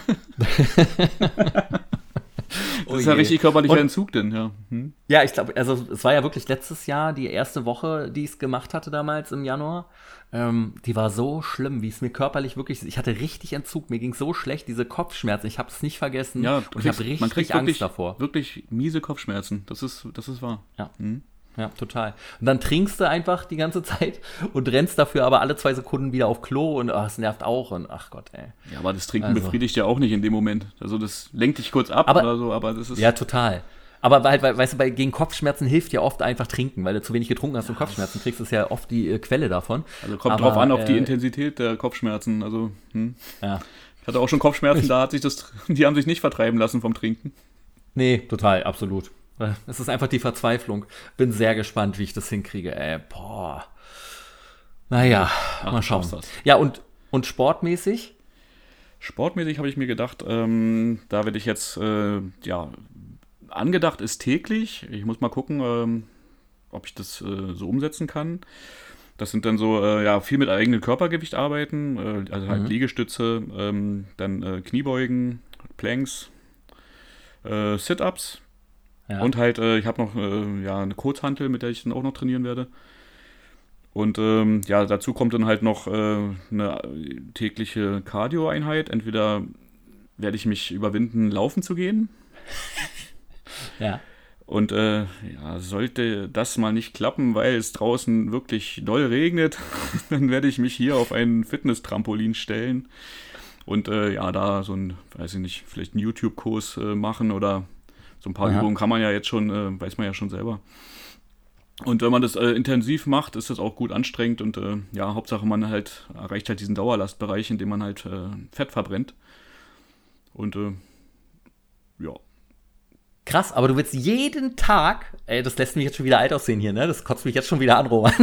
Das ist ja Oh je. richtig körperlicher Und- Entzug denn, ja. Hm. Ja, ich glaube, also es war ja wirklich letztes Jahr die erste Woche, die ich es gemacht hatte damals im Januar. Ähm, die war so schlimm, wie es mir körperlich wirklich, ich hatte richtig Entzug, mir ging so schlecht, diese Kopfschmerzen, ich habe es nicht vergessen Ja, und du ich habe kriegst- richtig man kriegt Angst wirklich, davor. wirklich miese Kopfschmerzen. Das ist, das ist wahr. Ja. Hm. Ja, total. Und dann trinkst du einfach die ganze Zeit und rennst dafür aber alle zwei Sekunden wieder auf Klo und ach, es nervt auch und ach Gott, ey. Ja, aber das Trinken Also. befriedigt ja auch nicht in dem Moment. Also das lenkt dich kurz ab Aber- oder so, aber das ist... Ja, total. Aber halt, weil, weißt du, bei, gegen Kopfschmerzen hilft ja oft einfach trinken, weil du zu wenig getrunken hast und Kopfschmerzen kriegst, ist ja oft die äh, Quelle davon. Also kommt Aber, drauf an, auf die äh, Intensität der Kopfschmerzen. Also, hm. Ja. Ich hatte auch schon Kopfschmerzen, da hat sich das, die haben sich nicht vertreiben lassen vom Trinken. Nee, total, absolut. Es ist einfach die Verzweiflung. Bin sehr gespannt, wie ich das hinkriege. Ey, boah. Naja, Ach, mal du schauen. schaffst das. Ja, und, und sportmäßig? Sportmäßig habe ich mir gedacht, ähm, da werde ich jetzt, äh, ja, angedacht ist täglich. Ich muss mal gucken, ähm, ob ich das äh, so umsetzen kann. Das sind dann so, äh, ja, viel mit eigenem Körpergewicht arbeiten, äh, also halt Mhm. Liegestütze, ähm, dann äh, Kniebeugen, Planks, äh, Sit-Ups Ja. und halt, äh, ich habe noch äh, ja, eine Kurzhantel, mit der ich dann auch noch trainieren werde. Und ähm, ja, dazu kommt dann halt noch äh, eine tägliche Cardio-Einheit. Entweder werde ich mich überwinden, laufen zu gehen. Ja. Und äh, ja, sollte das mal nicht klappen, weil es draußen wirklich doll regnet, dann werde ich mich hier auf einen Fitness-Trampolin stellen und äh, ja, da so ein, weiß ich nicht, vielleicht einen YouTube-Kurs äh, machen oder so ein paar Aha. Übungen kann man ja jetzt schon, äh, weiß man ja schon selber. Und wenn man das äh, intensiv macht, ist das auch gut anstrengend und äh, ja, Hauptsache man halt erreicht halt diesen Dauerlastbereich, in dem man halt äh, Fett verbrennt. Und äh, ja. Krass, aber du willst jeden Tag, ey, das lässt mich jetzt schon wieder alt aussehen hier, ne? Das kotzt mich jetzt schon wieder an, Roman.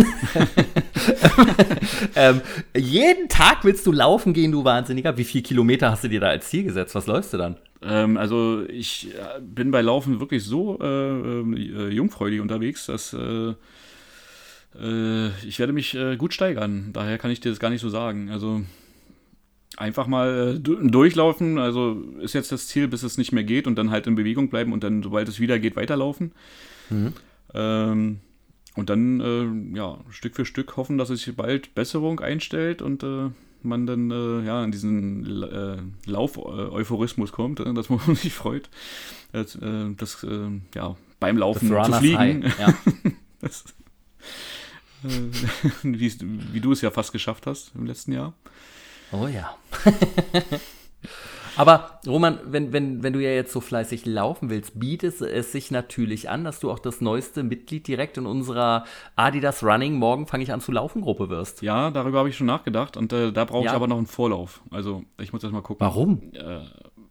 ähm, jeden Tag willst du laufen gehen, du Wahnsinniger. Wie viele Kilometer hast du dir da als Ziel gesetzt? Was läufst du dann? Ähm, also ich äh, bin bei Laufen wirklich so äh, äh, jungfräulich unterwegs, dass äh, äh, ich werde mich äh, gut steigern. Daher kann ich dir das gar nicht so sagen. Also einfach mal äh, du- durchlaufen, also ist jetzt das Ziel, bis es nicht mehr geht und dann halt in Bewegung bleiben und dann, sobald es wieder geht, weiterlaufen. Mhm. Ähm, und dann, äh, ja, Stück für Stück hoffen, dass sich bald Besserung einstellt und äh, man dann, äh, ja, in diesen äh, Lauf-Euphorismus kommt, äh, dass man sich freut, äh, das, äh, ja, beim Laufen Das zu Runners fliegen. High, ja. das, äh, wie, wie du es ja fast geschafft hast im letzten Jahr. Oh ja. Aber Roman, wenn, wenn, wenn du ja jetzt so fleißig laufen willst, bietet es sich natürlich an, dass du auch das neueste Mitglied direkt in unserer Adidas Running Morgen fange ich an zu laufen Gruppe wirst. Ja, darüber habe ich schon nachgedacht und äh, da brauche ich Ja. aber noch einen Vorlauf. Also ich muss erst mal gucken. Warum? Äh,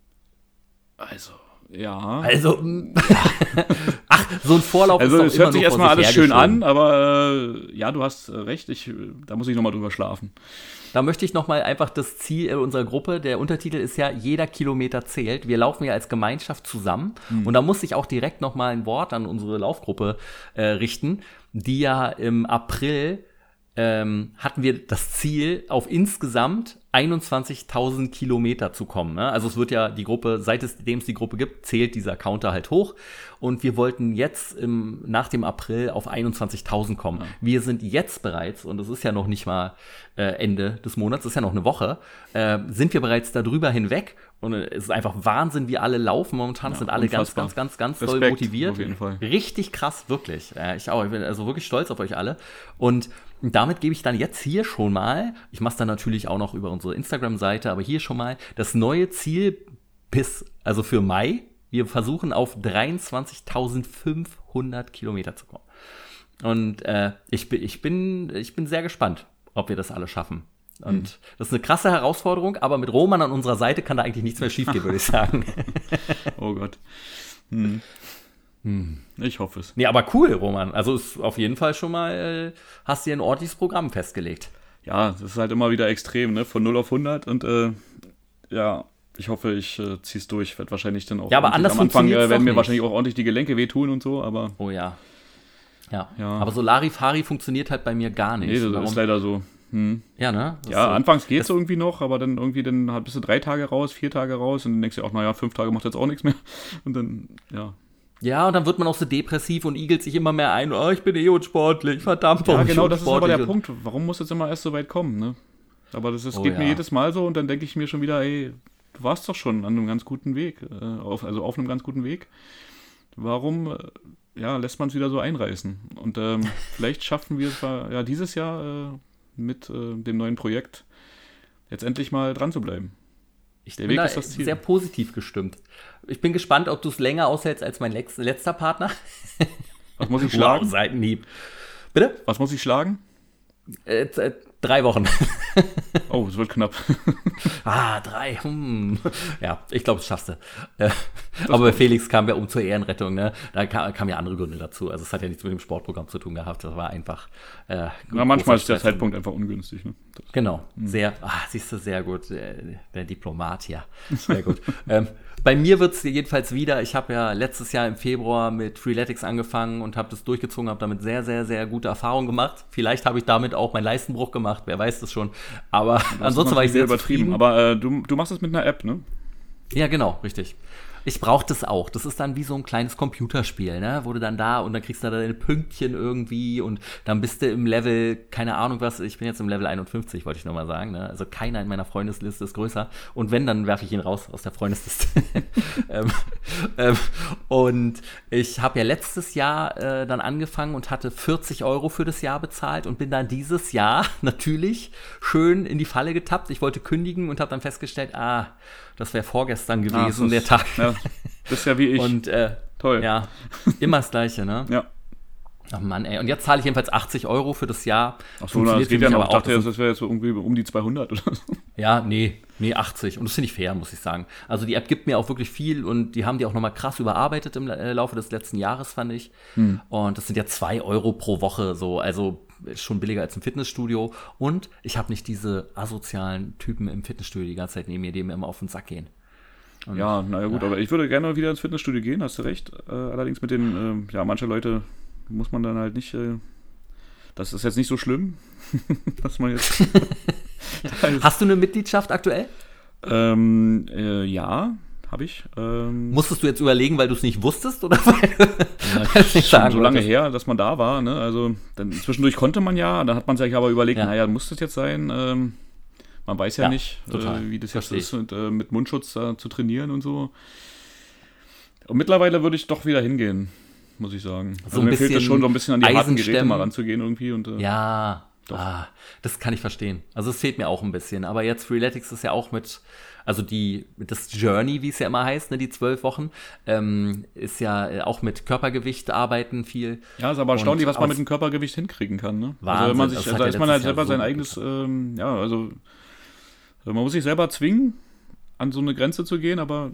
also, ja. Also, mm, ach, so ein Vorlauf Also ist doch es immer hört sich nur vor erstmal alles schön hergeschoben. an, aber äh, ja, du hast äh, recht, ich, äh, da muss ich nochmal drüber schlafen. Da möchte ich nochmal einfach das Ziel unserer Gruppe, der Untertitel ist ja, jeder Kilometer zählt. Wir laufen ja als Gemeinschaft zusammen. Und da muss ich auch direkt nochmal ein Wort an unsere Laufgruppe äh, richten, die ja im April ähm, hatten wir das Ziel, auf insgesamt einundzwanzigtausend Kilometer zu kommen. Ne? Also es wird ja die Gruppe, seitdem es die Gruppe gibt, zählt dieser Counter halt hoch. Und wir wollten jetzt im, nach dem April auf einundzwanzigtausend kommen. Ja. Wir sind jetzt bereits, und es ist ja noch nicht mal äh, Ende des Monats, es ist ja noch eine Woche, äh, sind wir bereits darüber hinweg. Und es ist einfach Wahnsinn, wie alle laufen momentan. Es Ja, sind alle unfassbar. ganz, ganz, ganz, ganz Respekt, doll motiviert. auf jeden Fall. Richtig krass, wirklich. Äh, ich auch. Ich bin also wirklich stolz auf euch alle. Und damit gebe ich dann jetzt hier schon mal, ich mache es dann natürlich auch noch über unsere Instagram-Seite, aber hier schon mal das neue Ziel bis, also für Mai. Wir versuchen auf dreiundzwanzigtausendfünfhundert Kilometer zu kommen. Und äh, ich, bin, ich, bin, ich bin sehr gespannt, ob wir das alle schaffen. Und hm. das ist eine krasse Herausforderung, aber mit Roman an unserer Seite kann da eigentlich nichts mehr schiefgehen, würde ich sagen. Oh Gott. Hm. Hm. Ich hoffe es. Nee, aber cool, Roman. Also ist auf jeden Fall schon mal, äh, hast dir ein ordentliches Programm festgelegt. Ja, das ist halt immer wieder extrem, ne? Von null auf hundert und äh, ja, ich hoffe, ich äh, ziehe es durch. Wird wahrscheinlich dann auch. Ja, aber anders am Anfang äh, funktioniert's werden doch mir nicht. wahrscheinlich auch ordentlich die Gelenke wehtun und so, aber. Oh ja. Ja. Ja. Aber so Larifari funktioniert halt bei mir gar nicht. Nee, das Warum? ist leider so. Hm. Ja, ne? Das Ja, ist, anfangs geht es irgendwie noch, aber dann irgendwie dann bist du drei Tage raus, vier Tage raus und dann denkst du auch, naja, fünf Tage macht jetzt auch nichts mehr. Und dann, ja. Ja, und dann wird man auch so depressiv und igelt sich immer mehr ein. Oh, ich bin eh unsportlich, verdammt. Ja, warum genau, ich das ist aber der unsportlich? Punkt. Warum muss jetzt immer erst so weit kommen, ne? Aber das ist, Oh, geht ja. mir jedes Mal so und dann denke ich mir schon wieder, ey, du warst doch schon an einem ganz guten Weg, äh, auf, also auf einem ganz guten Weg. Warum, äh, ja, lässt man es wieder so einreißen? Und ähm, vielleicht schaffen wir es ja dieses Jahr äh, mit äh, dem neuen Projekt jetzt endlich mal dran zu bleiben. Ich Der bin Weg da ist das Ziel. sehr positiv gestimmt. Ich bin gespannt, ob du es länger aushältst als mein lex- letzter Partner. Was muss ich Wow, schlagen? Seitenhieb. Bitte? Was muss ich schlagen? Äh, z- äh, drei Wochen. Oh, es wird knapp. Ah, drei. Hm. Ja, ich glaube, das schaffst du. Äh, aber bei Felix kam ja um zur Ehrenrettung, ne? Da kam, kamen ja andere Gründe dazu. Also es hat ja nichts mit dem Sportprogramm zu tun gehabt. Das war einfach. Äh, Na, manchmal ist der Stress. Zeitpunkt einfach ungünstig. Ne? Das, Genau, sehr, ah, siehst du, sehr gut. äh, Der Diplomat hier. Sehr gut. ähm, bei mir wird es jedenfalls wieder, ich habe ja letztes Jahr im Februar mit Freeletics angefangen und habe das durchgezogen, habe damit sehr, sehr, sehr gute Erfahrungen gemacht. Vielleicht habe ich damit auch meinen Leistenbruch gemacht, wer weiß das schon. Aber das ansonsten ist war ich sehr übertrieben. zufrieden. Aber äh, du, du machst es mit einer App, ne? Ja, genau, richtig. Ich brauche das auch. Das ist dann wie so ein kleines Computerspiel, ne? Wo du dann da und dann kriegst du da deine Pünktchen irgendwie und dann bist du im Level, keine Ahnung was, ich bin jetzt im Level einundfünfzig, wollte ich nur mal sagen, ne? Also keiner in meiner Freundesliste ist größer und wenn, dann werfe ich ihn raus aus der Freundesliste. ähm, ähm, und ich habe ja letztes Jahr äh, dann angefangen und hatte vierzig Euro für das Jahr bezahlt und bin dann dieses Jahr natürlich schön in die Falle getappt. Ich wollte kündigen und habe dann festgestellt, ah, das wäre vorgestern gewesen, Ah, der das- Tag. Ja, das ist ja wie ich. Und äh, Toll. ja, immer das Gleiche, ne? Ja. Ach Mann, ey. Und jetzt zahle ich jedenfalls achtzig Euro für das Jahr. Ach so, na, das Funktioniert geht für ja mich noch. Ich aber auch. dachte, Das das wäre jetzt so irgendwie um die zweihundert oder so. sind- Ja, nee, nee, achtzig. Und das finde ich fair, muss ich sagen. Also die App gibt mir auch wirklich viel und die haben die auch nochmal krass überarbeitet im äh, Laufe des letzten Jahres, fand ich. Hm. Und das sind ja zwei Euro pro Woche so, also ist schon billiger als im Fitnessstudio. Und ich habe nicht diese asozialen Typen im Fitnessstudio die ganze Zeit neben mir, die mir immer auf den Sack gehen. Und, ja, naja gut, ja. aber ich würde gerne wieder ins Fitnessstudio gehen, hast du recht. Äh, allerdings mit den, äh, ja, manche Leute muss man dann halt nicht, äh, das ist jetzt nicht so schlimm, dass man jetzt... Hast du eine Mitgliedschaft aktuell? Ähm, äh, ja, habe ich. Ähm, Musstest du jetzt überlegen, weil du es nicht wusstest? Oder weil ja, nicht schon sagen so lange wolltest? her, dass man da war. Ne? Also dann, zwischendurch konnte man ja, dann hat man sich aber überlegt, Ja. naja, muss das jetzt sein? Ähm, man weiß ja, Ja, nicht, total. äh, wie das jetzt Versteh ist, und, äh, mit Mundschutz da zu trainieren und so. Und mittlerweile würde ich doch wieder hingehen, muss ich sagen. Also ein mir fehlt es bisschen schon so ein bisschen an die harten Geräte Eisenstemmen. mal ranzugehen irgendwie. Und, äh, Ja, Doch. ah, das kann ich verstehen. Also es fehlt mir auch ein bisschen. Aber jetzt Freeletics ist ja auch mit, also die, das Journey, wie es ja immer heißt, ne, die zwölf Wochen, ähm, ist ja auch mit Körpergewicht arbeiten viel. Ja, ist aber erstaunlich, Und was man aus- mit dem Körpergewicht hinkriegen kann. Ne? Wahnsinn, also wenn man das sich, hat da ja ist man halt letztes Jahr selber so sein gut eigenes, ähm, ja, also man muss sich selber zwingen, an so eine Grenze zu gehen, aber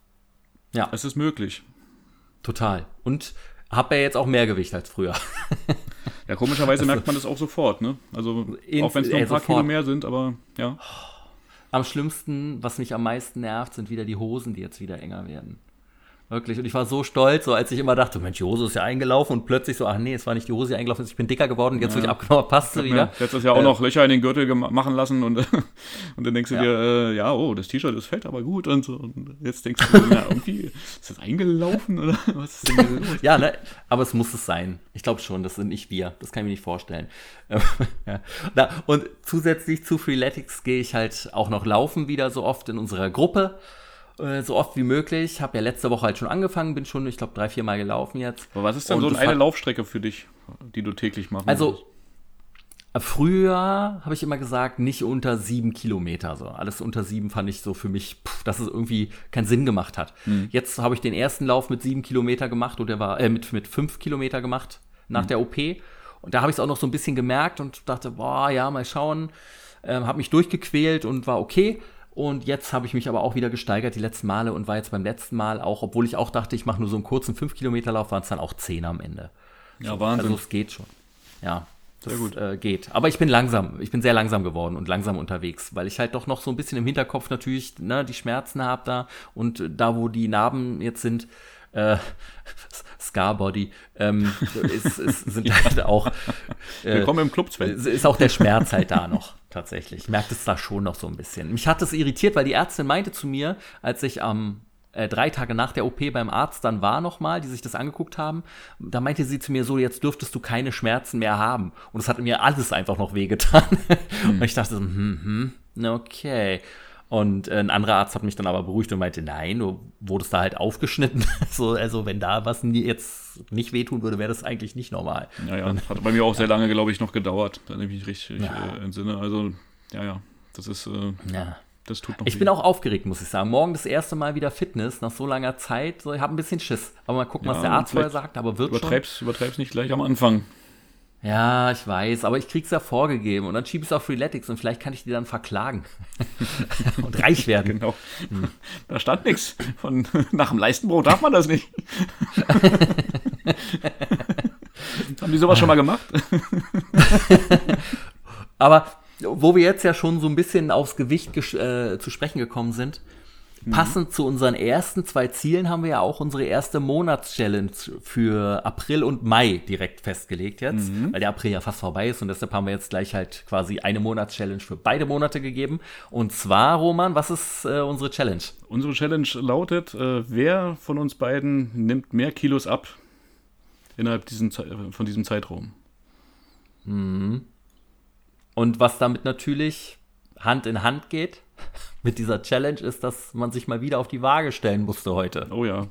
Ja, es ist möglich. total. Und habe ja jetzt auch mehr Gewicht als früher. Ja, komischerweise merkt man das auch sofort, ne? Also Ins- auch wenn es nur äh, ein paar sofort. Kilo mehr sind, aber ja. Am schlimmsten, was mich am meisten nervt, sind wieder die Hosen, die jetzt wieder enger werden. Wirklich. Und ich war so stolz, so als ich immer dachte, Mensch, die Hose ist ja eingelaufen und plötzlich so, ach nee, es war nicht die Hose, die eingelaufen ist, ich bin dicker geworden und jetzt, wo ich abgenommen habe, passt sie Ja, wieder. letztes Jahr auch Äh, noch Löcher in den Gürtel gema- machen lassen und, und dann denkst du Ja. dir, äh, ja, oh, das T-Shirt, das fällt aber gut und so. Und jetzt denkst du, na, irgendwie, ist das eingelaufen oder was ist denn hier los? Ja, ne? Aber es muss es sein. Ich glaube schon, das sind nicht wir. Das kann ich mir nicht vorstellen. Ähm, ja. Na, und zusätzlich zu Freeletics gehe ich halt auch noch laufen wieder so oft in unserer Gruppe. äh, So oft wie möglich. Habe ja letzte Woche halt schon angefangen, bin schon, ich glaube, drei, vier Mal gelaufen jetzt. Aber was ist denn Und so das eine hat- Laufstrecke für dich, die du täglich machen Also, würdest? früher habe ich immer gesagt, nicht unter sieben Kilometer. So. Alles unter sieben fand ich so für mich, pff, dass es irgendwie keinen Sinn gemacht hat. Jetzt habe ich den ersten Lauf mit sieben Kilometer gemacht und der war äh, mit, mit fünf Kilometer gemacht nach der O P. Und da habe ich es auch noch so ein bisschen gemerkt und dachte, boah, ja, mal schauen. Ähm, habe mich durchgequält und war okay. Und jetzt habe ich mich aber auch wieder gesteigert die letzten Male und war jetzt beim letzten Mal auch, obwohl ich auch dachte, ich mache nur so einen kurzen fünf Kilometer Lauf, waren es dann auch zehn am Ende. Ja, Wahnsinn. Also es geht schon. Ja, das Sehr gut. Äh, geht. Aber ich bin langsam. Ich bin sehr langsam geworden und langsam unterwegs, weil ich halt doch noch so ein bisschen im Hinterkopf natürlich ne, die Schmerzen habe da und äh, da, wo die Narben jetzt sind, äh, Scarbody, ähm, ist, ist, sind halt auch äh, Willkommen im Club, Sven. ist auch der Schmerz halt da noch, tatsächlich. Ich merke das da schon noch so ein bisschen. Mich hat das irritiert, weil die Ärztin meinte zu mir, als ich am äh, drei Tage nach der O P beim Arzt dann war nochmal, die sich das angeguckt haben, da meinte sie zu mir so, jetzt dürftest du keine Schmerzen mehr haben. Und das hat mir alles einfach noch wehgetan. Und ich dachte so, hm, hm, okay. Und äh, ein anderer Arzt hat mich dann aber beruhigt und meinte, nein, du wurdest da halt aufgeschnitten. so, also wenn da was nie, jetzt nicht wehtun würde, wäre das eigentlich nicht normal. Ja, ja, hat bei mir auch sehr lange, glaube ich, noch gedauert, wenn ich mich richtig Ja. äh, entsinne. Also, ja, ja, das ist, äh, Ja. das tut noch Ich weh. bin auch aufgeregt, muss ich sagen. Morgen das erste Mal wieder Fitness, nach so langer Zeit. So, ich habe ein bisschen Schiss. Aber mal gucken, Ja, was der Arzt vorher vielleicht sagt. Aber wird schon. Übertreib's, übertreib's nicht gleich am Anfang. Ja, ich weiß. Aber ich krieg's ja vorgegeben. Und dann schiebe ich es auf Freeletics und vielleicht kann ich die dann verklagen. und reich werden. Genau. Da stand nichts. Von nach dem Leistenbrot darf man das nicht. Haben die sowas schon mal gemacht? Aber wo wir jetzt ja schon so ein bisschen aufs Gewicht ges- äh, zu sprechen gekommen sind, passend zu unseren ersten zwei Zielen haben wir ja auch unsere erste Monatschallenge für April und Mai direkt festgelegt jetzt, weil der April ja fast vorbei ist und deshalb haben wir jetzt gleich halt quasi eine Monatschallenge für beide Monate gegeben. Und zwar, Roman, was ist äh, unsere Challenge? Unsere Challenge lautet, äh, wer von uns beiden nimmt mehr Kilos ab innerhalb diesen, Ze- von diesem Zeitraum? Und was damit natürlich Hand in Hand geht mit dieser Challenge ist, dass man sich mal wieder auf die Waage stellen musste heute. Oh ja.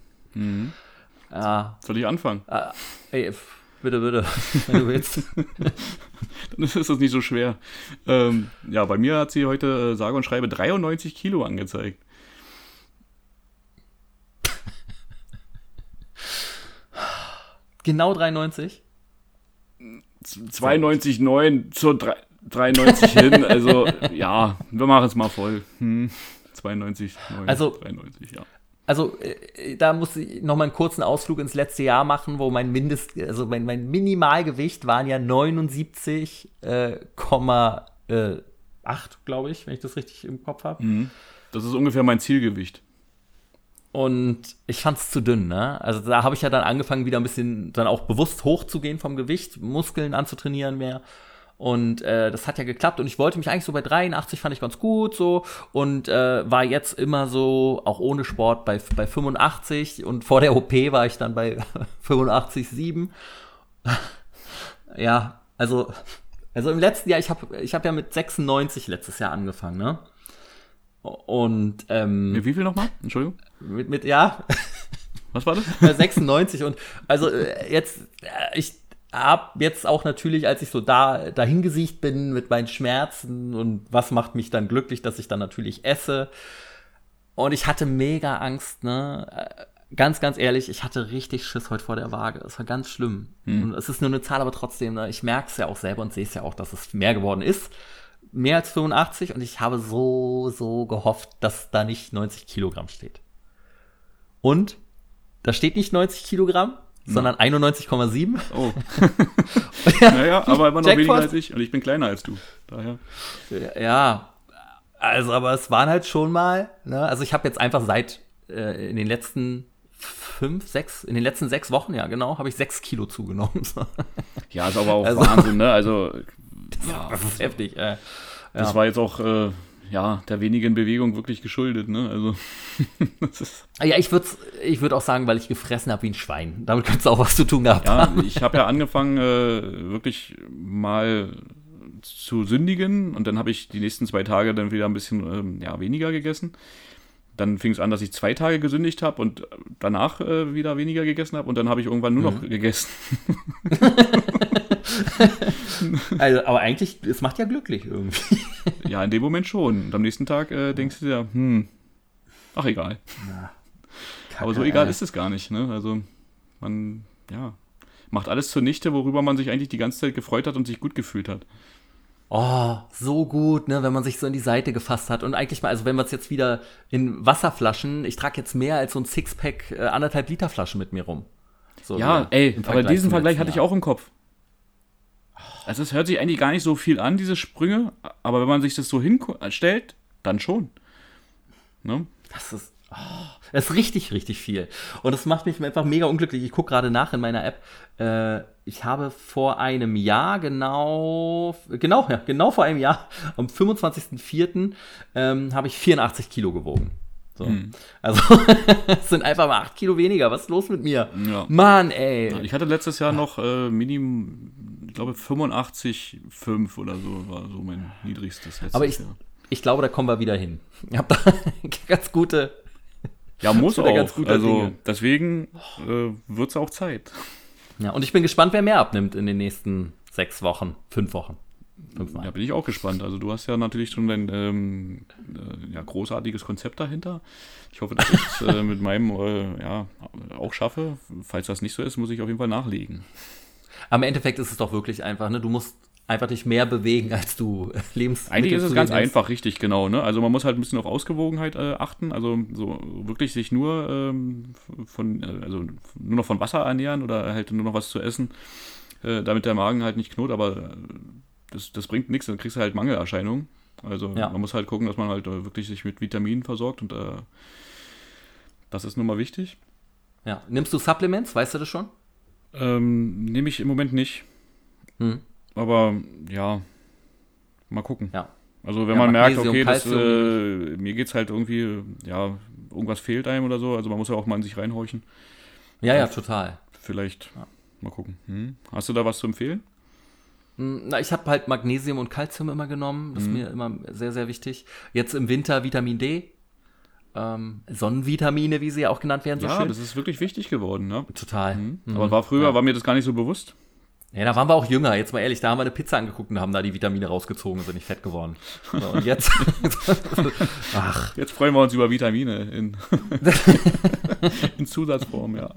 Ja, Soll ich anfangen? äh, ey, f- bitte, bitte, wenn du willst. Dann ist das nicht so schwer. Ähm, ja, bei mir hat sie heute äh, sage und schreibe dreiundneunzig Kilo angezeigt. Genau dreiundneunzig? zweiundneunzig Komma neun zur drei- dreiundneunzig hin. Also, ja, wir machen es mal voll. Hm. zweiundneunzig Komma neun, Also- dreiundneunzig, ja. Also, äh, da muss ich noch mal einen kurzen Ausflug ins letzte Jahr machen, wo mein Mindest, also mein, mein Minimalgewicht waren ja neunundsiebzig Komma acht, glaube ich, wenn ich das richtig im Kopf habe. Das ist ungefähr mein Zielgewicht. Und ich fand es zu dünn, ne? Also da habe ich ja dann angefangen, wieder ein bisschen dann auch bewusst hochzugehen vom Gewicht, Muskeln anzutrainieren mehr. Und äh, das hat ja geklappt und ich wollte mich eigentlich so bei dreiundachtzig, fand ich ganz gut so und äh, war jetzt immer so, auch ohne Sport, bei, bei fünfundachtzig und vor der O P war ich dann bei fünfundachtzig Komma sieben. Ja, also, also im letzten Jahr, ich habe ich hab ja mit sechsundneunzig letztes Jahr angefangen, ne? Und ähm, Mit wie viel nochmal? Entschuldigung. Mit, mit ja. Was war das? sechsundneunzig und also äh, jetzt, äh, ich hab jetzt auch natürlich, als ich so da dahin gesiegt bin mit meinen Schmerzen und was macht mich dann glücklich, dass ich dann natürlich esse. Und ich hatte mega Angst, ne? Ganz, ganz ehrlich, ich hatte richtig Schiss heute vor der Waage. Es war ganz schlimm. Hm. Und es ist nur eine Zahl, aber trotzdem, ne? Ich merke es ja auch selber und sehe es ja auch, dass es mehr geworden ist. Mehr als fünfundachtzig und ich habe so, so gehofft, dass da nicht neunzig Kilogramm steht. Und da steht nicht neunzig Kilogramm, sondern einundneunzig Komma sieben. Oh. Naja, aber immer noch Jackpot. Weniger als ich und ich bin kleiner als du. Daher. Ja, also aber es waren halt schon mal, ne? Also ich habe jetzt einfach seit äh, in den letzten fünf, sechs, in den letzten sechs Wochen, ja genau, habe ich sechs Kilo zugenommen. Ja, ist aber auch Also- Wahnsinn, ne? Also, ja, Das ist heftig. Äh, das ja. war jetzt auch, äh, ja, der wenigen Bewegung wirklich geschuldet, ne? Also, das ist, Ja, ich würde ich würd auch sagen, weil ich gefressen habe wie ein Schwein. Damit könntest du auch was zu tun gehabt ja, haben. ich habe ja angefangen, äh, wirklich mal zu sündigen und dann habe ich die nächsten zwei Tage dann wieder ein bisschen ähm, ja, weniger gegessen. Dann fing es an, dass ich zwei Tage gesündigt habe und danach äh, wieder weniger gegessen habe und dann habe ich irgendwann nur noch Mhm. gegessen. Also, aber eigentlich, es macht ja glücklich irgendwie. Ja, in dem Moment schon. Und am nächsten Tag äh, denkst du dir, hm, ach egal. Aber so egal ist es gar nicht, ne? Also man, ja, macht alles zunichte, worüber man sich eigentlich die ganze Zeit gefreut hat und sich gut gefühlt hat. Oh, so gut, ne, wenn man sich so in die Seite gefasst hat. Und eigentlich mal, also wenn wir es jetzt wieder in Wasserflaschen, ich trage jetzt mehr als so ein Sixpack, äh, anderthalb Liter Flasche mit mir rum. So, Ja, so ey, im aber Vergleich diesen zum Vergleich letzten hatte ich Jahr. auch im Kopf. Also es hört sich eigentlich gar nicht so viel an, diese Sprünge, aber wenn man sich das so hinstellt, dann schon. Ne? Das ist, oh, das ist richtig, richtig viel. Und das macht mich einfach mega unglücklich. Ich gucke gerade nach in meiner App. Äh, ich habe vor einem Jahr genau, genau, ja, genau vor einem Jahr, am fünfundzwanzigsten vierten Ähm, habe ich vierundachtzig Kilo gewogen. So. Hm. Also, es sind einfach mal acht Kilo weniger. Was ist los mit mir? Ja. Mann, ey. Ich hatte letztes Jahr noch äh, Minim, ich glaube fünfundachtzig Komma fünf oder so, war so mein niedrigstes letztes Aber ich, Jahr. ich glaube, da kommen wir wieder hin. Ich habe da ganz gute. Ja, muss wieder auch. ganz guter Also Dinge. deswegen äh, wird es auch Zeit. Ja, und ich bin gespannt, wer mehr abnimmt in den nächsten sechs Wochen, fünf Wochen. Fünfmal. Ja, bin ich auch gespannt. Also du hast ja natürlich schon dein ähm, äh, ja, großartiges Konzept dahinter. Ich hoffe, dass ich es äh, mit meinem äh, ja, auch schaffe. Falls das nicht so ist, muss ich auf jeden Fall nachlegen. Aber im Endeffekt ist es doch wirklich einfach, ne? Du musst einfach dich mehr bewegen, als du Lebensmittel Eigentlich ist es zu ganz dir nimmst. einfach, richtig, genau. Ne? Also man muss halt ein bisschen auf Ausgewogenheit äh, achten. Also so wirklich sich nur ähm, von, äh, also nur noch von Wasser ernähren oder halt nur noch was zu essen, äh, damit der Magen halt nicht knurrt, aber äh, das, das bringt nichts, dann kriegst du halt Mangelerscheinungen. Also Ja. man muss halt gucken, dass man halt äh, wirklich sich mit Vitaminen versorgt und äh, das ist nun mal wichtig. Ja. Nimmst du Supplements, weißt du das schon? Ähm, nehme ich im Moment nicht, Hm. aber ja, mal gucken. Ja. Also wenn Ja, man merkt, Magnesium, okay, das, Calcium. äh, mir geht's halt irgendwie, ja, irgendwas fehlt einem oder so, also man muss ja auch mal in sich reinhorchen. Ja, ja, total. Vielleicht, Ja. mal gucken. Hm? Hast du da was zu empfehlen? Hm, Na, ich habe halt Magnesium und Calcium immer genommen. Das ist Mhm. mir immer sehr, sehr wichtig. Jetzt im Winter Vitamin D. Ähm, Sonnenvitamine, wie sie ja auch genannt werden, so ja, schön. das ist wirklich wichtig geworden, ne? Total. Mhm. Mhm. Aber war früher, Ja. war mir das gar nicht so bewusst. Ja, da waren wir auch jünger, jetzt mal ehrlich, da haben wir eine Pizza angeguckt und haben da die Vitamine rausgezogen und sind nicht fett geworden. So, und jetzt, ach, Jetzt freuen wir uns über Vitamine in, in Zusatzform, ja.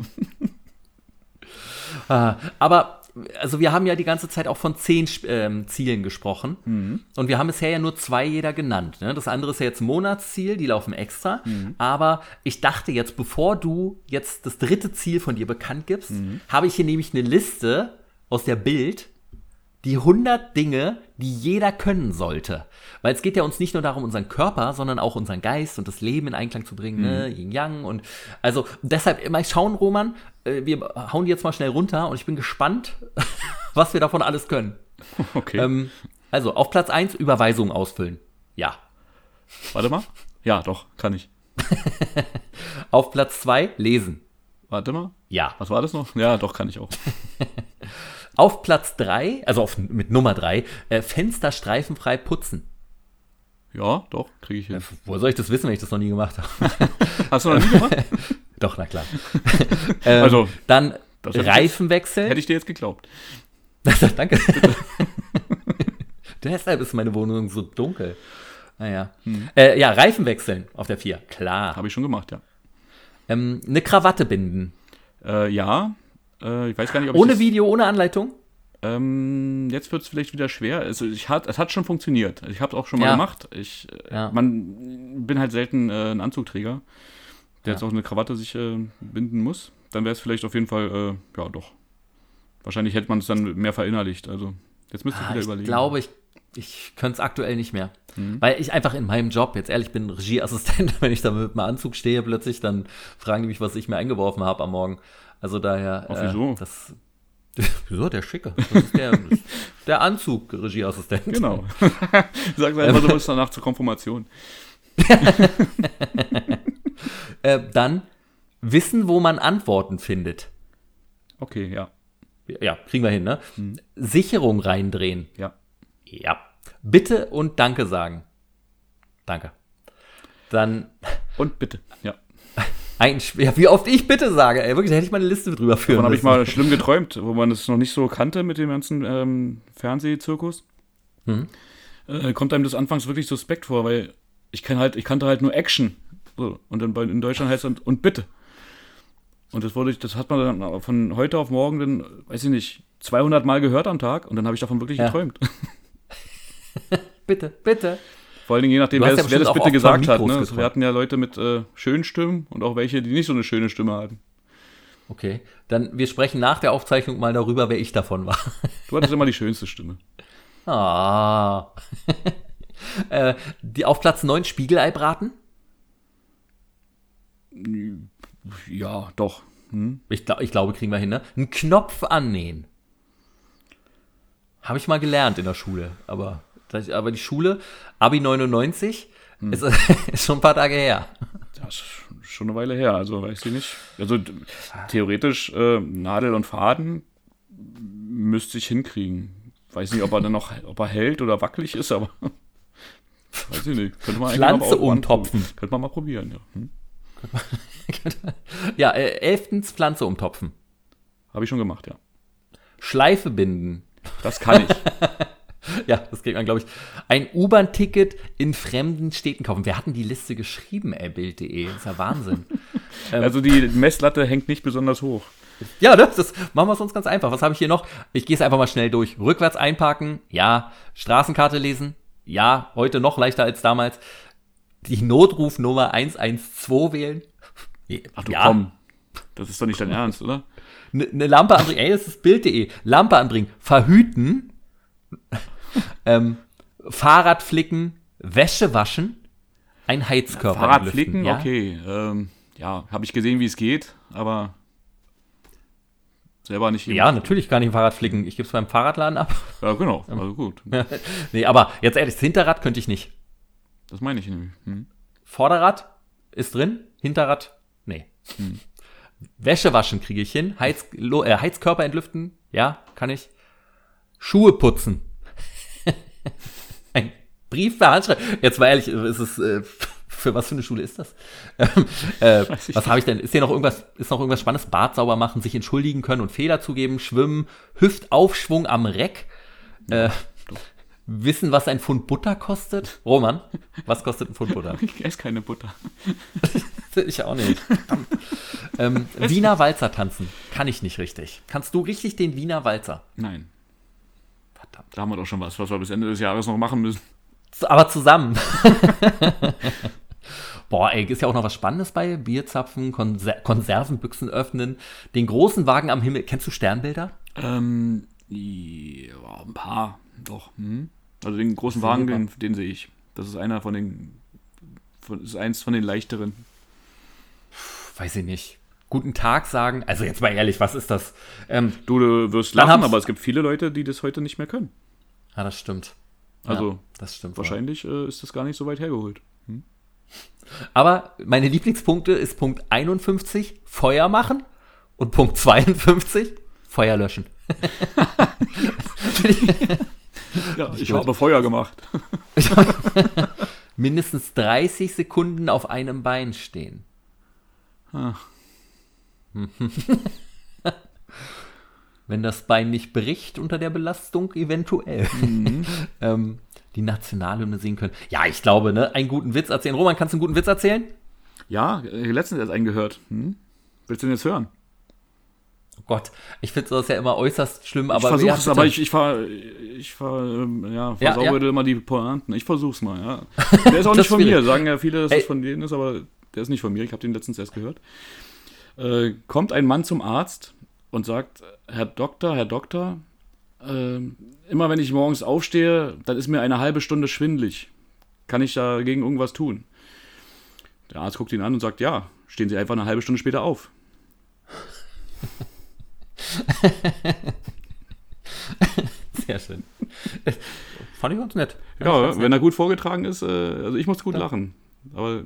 ah, aber, also wir haben ja die ganze Zeit auch von zehn ähm, Zielen gesprochen Mhm. und wir haben bisher ja nur zwei jeder genannt. Ne? Das andere ist ja jetzt ein Monatsziel, die laufen extra, Mhm. aber ich dachte jetzt, bevor du jetzt das dritte Ziel von dir bekannt gibst, Mhm. habe ich hier nämlich eine Liste aus der Bild Die hundert Dinge, die jeder können sollte. Weil es geht ja uns nicht nur darum, unseren Körper, sondern auch unseren Geist und das Leben in Einklang zu bringen, mhm. ne? Yin-Yang und also deshalb immer schauen, Roman, äh, wir hauen die jetzt mal schnell runter und ich bin gespannt, was wir davon alles können. Okay. Ähm, also auf Platz eins Überweisungen ausfüllen. Ja. Warte mal. Ja, doch, kann ich. Auf Platz zwei lesen. Warte mal. Ja. Was war das noch? Ja, doch, kann ich auch. Auf Platz drei, also auf, mit Nummer drei, äh, Fenster streifenfrei putzen. Ja, doch, kriege ich hin. Äh, woher soll ich das wissen, wenn ich das noch nie gemacht habe? Hast du noch nie gemacht? Doch, na klar. ähm, also, dann Reifen wechseln. Hätte ich dir jetzt geglaubt. Danke. Deshalb ist meine Wohnung so dunkel. Naja. Hm. Äh, ja, Reifen wechseln auf der vier. Klar. Habe ich schon gemacht, ja. Ähm, eine Krawatte binden. Äh, ja. Äh, ich weiß gar nicht, ob Ohne ich Video, ohne Anleitung? Ähm, jetzt wird es vielleicht wieder schwer. Also ich hat, es hat schon funktioniert. Ich habe es auch schon mal ja. gemacht. Ich ja. man, bin halt selten äh, ein Anzugträger, der ja. jetzt auch eine Krawatte sich äh, binden muss. Dann wäre es vielleicht auf jeden Fall, äh, ja doch. Wahrscheinlich hätte man es dann mehr verinnerlicht. Also jetzt müsste ich ah, wieder ich überlegen. Ich glaube, ich, ich könnte es aktuell nicht mehr. Mhm. Weil ich einfach in meinem Job, jetzt ehrlich, bin Regieassistent, wenn ich da mit einem Anzug stehe plötzlich, dann fragen die mich, was ich mir eingeworfen habe am Morgen. Also daher, Ach, wieso? Äh, das, wieso, der Schicke. Das ist der, der Anzug-Regieassistent. Genau. Sag einfach, du musst danach zur Konfirmation. äh, dann wissen, wo man Antworten findet. Okay, ja. Ja, kriegen wir hin, ne? Hm. Sicherung reindrehen. Ja. Ja. Bitte und Danke sagen. Danke. Dann. Und bitte, ja. Ein, ja, wie oft ich bitte sage, ey, wirklich, da hätte ich mal eine Liste drüber führen Davon habe ich müssen. mal schlimm geträumt, wo man das noch nicht so kannte mit dem ganzen ähm, Fernsehzirkus. Mhm. Äh, kommt einem das anfangs wirklich suspekt vor, weil ich kann halt, ich kannte halt nur Action. So, und dann bei, in Deutschland heißt es und, und bitte. Und das wurde, das hat man dann von heute auf morgen dann, weiß ich nicht, zweihundert Mal gehört am Tag und dann habe ich davon wirklich ja. geträumt. Bitte, bitte. Vor allen Dingen je nachdem, wer, ja das, wer das bitte gesagt hat. Ne? Wir hatten ja Leute mit äh, schönen Stimmen und auch welche, die nicht so eine schöne Stimme hatten. Okay, dann wir sprechen nach der Aufzeichnung mal darüber, wer ich davon war. Du hattest immer die schönste Stimme. Ah. äh, die auf Platz neun Spiegelei braten? Ja, doch. Hm? Ich, glaub, ich glaube, kriegen wir hin, ne? Einen Knopf annähen. Habe ich mal gelernt in der Schule, aber... Aber die Schule, Abi neunundneunzig, hm. ist, ist schon ein paar Tage her. Das ist schon eine Weile her, also weiß ich nicht. Also theoretisch äh, Nadel und Faden müsste ich hinkriegen. Weiß nicht, ob er dann noch, ob er hält oder wackelig ist, aber weiß ich nicht. Könnte man Pflanze umtopfen. Könnte man mal probieren, ja. Hm? Ja, äh, elftens Pflanze umtopfen. Habe ich schon gemacht, ja. Schleife binden. Das kann ich. Ja, das kriegt man, glaube ich. Ein U-Bahn-Ticket in fremden Städten kaufen. Wer hat denn die Liste geschrieben, ey, Bild punkt de? Das ist ja Wahnsinn. Also die Messlatte hängt nicht besonders hoch. Ja, das, das machen wir es uns ganz einfach. Was habe ich hier noch? Ich gehe es einfach mal schnell durch. Rückwärts einparken, ja. Straßenkarte lesen, ja. Heute noch leichter als damals. Die Notrufnummer eins eins zwei wählen. Ach du ja. Komm, das ist doch nicht dein Ernst, oder? Eine ne Lampe anbringen, ey, das ist Bild punkt de. Lampe anbringen, verhüten. ähm, Fahrrad flicken, Wäsche waschen, ein Heizkörper Fahrrad entlüften, flicken, ja? okay. Ähm, ja, habe ich gesehen, wie es geht, aber selber nicht. Ja, natürlich kann ich ein Fahrrad flicken. Ich gebe es beim Fahrradladen ab. Ja, genau, also gut. Nee, aber jetzt ehrlich, das Hinterrad könnte ich nicht. Das meine ich nämlich. Hm. Vorderrad ist drin, Hinterrad, nee. Hm. Wäsche waschen kriege ich hin, Heiz, äh, Heizkörper entlüften, ja, kann ich. Schuhe putzen. Ein Brief per Handschrift. Jetzt mal ehrlich, ist es, äh, für was für eine Schule ist das? Ähm, äh, was habe ich denn? Ist hier noch irgendwas, ist noch irgendwas Spannendes? Bad sauber machen, sich entschuldigen können und Fehler zugeben, schwimmen, Hüftaufschwung am Reck, äh, wissen, was ein Pfund Butter kostet. Roman, was kostet ein Pfund Butter? Ich esse keine Butter. Ich auch nicht. ähm, Wiener Walzer tanzen. Kann ich nicht richtig. Kannst du richtig den Wiener Walzer? Nein. Verdammt. Da haben wir doch schon was, was wir bis Ende des Jahres noch machen müssen. Aber zusammen. Boah, ey, ist ja auch noch was Spannendes bei. Bierzapfen, Konser- Konservenbüchsen öffnen, den großen Wagen am Himmel. Kennst du Sternbilder? Ähm, Ja, ein paar, doch. Hm. Also den großen Wagen, den, den sehe ich. Das ist einer von den, von, ist eins von den leichteren. Weiß ich nicht. Guten Tag sagen. Also jetzt mal ehrlich, was ist das? Ähm, du, du wirst lachen, aber es gibt viele Leute, die das heute nicht mehr können. Ja, das stimmt. Also ja, das stimmt wahrscheinlich äh, ist das gar nicht so weit hergeholt. Hm? Aber meine Lieblingspunkte ist Punkt einundfünfzig, Feuer machen, und Punkt zweiundfünfzig, Feuer löschen. Ja, ich habe Feuer gemacht. Mindestens dreißig Sekunden auf einem Bein stehen. Ach. Wenn das Bein nicht bricht unter der Belastung, eventuell. Mhm. ähm, die Nationalhymne singen können. Ja, ich glaube, ne, einen guten Witz erzählen. Roman, kannst du einen guten Witz erzählen? Ja, letztens erst einen gehört. Hm? Willst du den jetzt hören? Oh Gott, ich finde sowas ja immer äußerst schlimm. Aber ich versuche es, aber ich, ich, ver, ich ver, ja, versauere ja, ja. immer die Pointen. Ich versuch's mal, ja. Der ist auch nicht von mir, sagen ja viele, dass es von denen ist, aber der ist nicht von mir. Ich habe den letztens erst gehört. Äh, kommt ein Mann zum Arzt und sagt, Herr Doktor, Herr Doktor, äh, immer wenn ich morgens aufstehe, dann ist mir eine halbe Stunde schwindelig. Kann ich dagegen irgendwas tun? Der Arzt guckt ihn an und sagt, ja, stehen Sie einfach eine halbe Stunde später auf. Sehr schön. Fand ich ganz nett. Fand ja, wenn nett. Er gut vorgetragen ist, äh, also ich muss gut ja. lachen. Aber,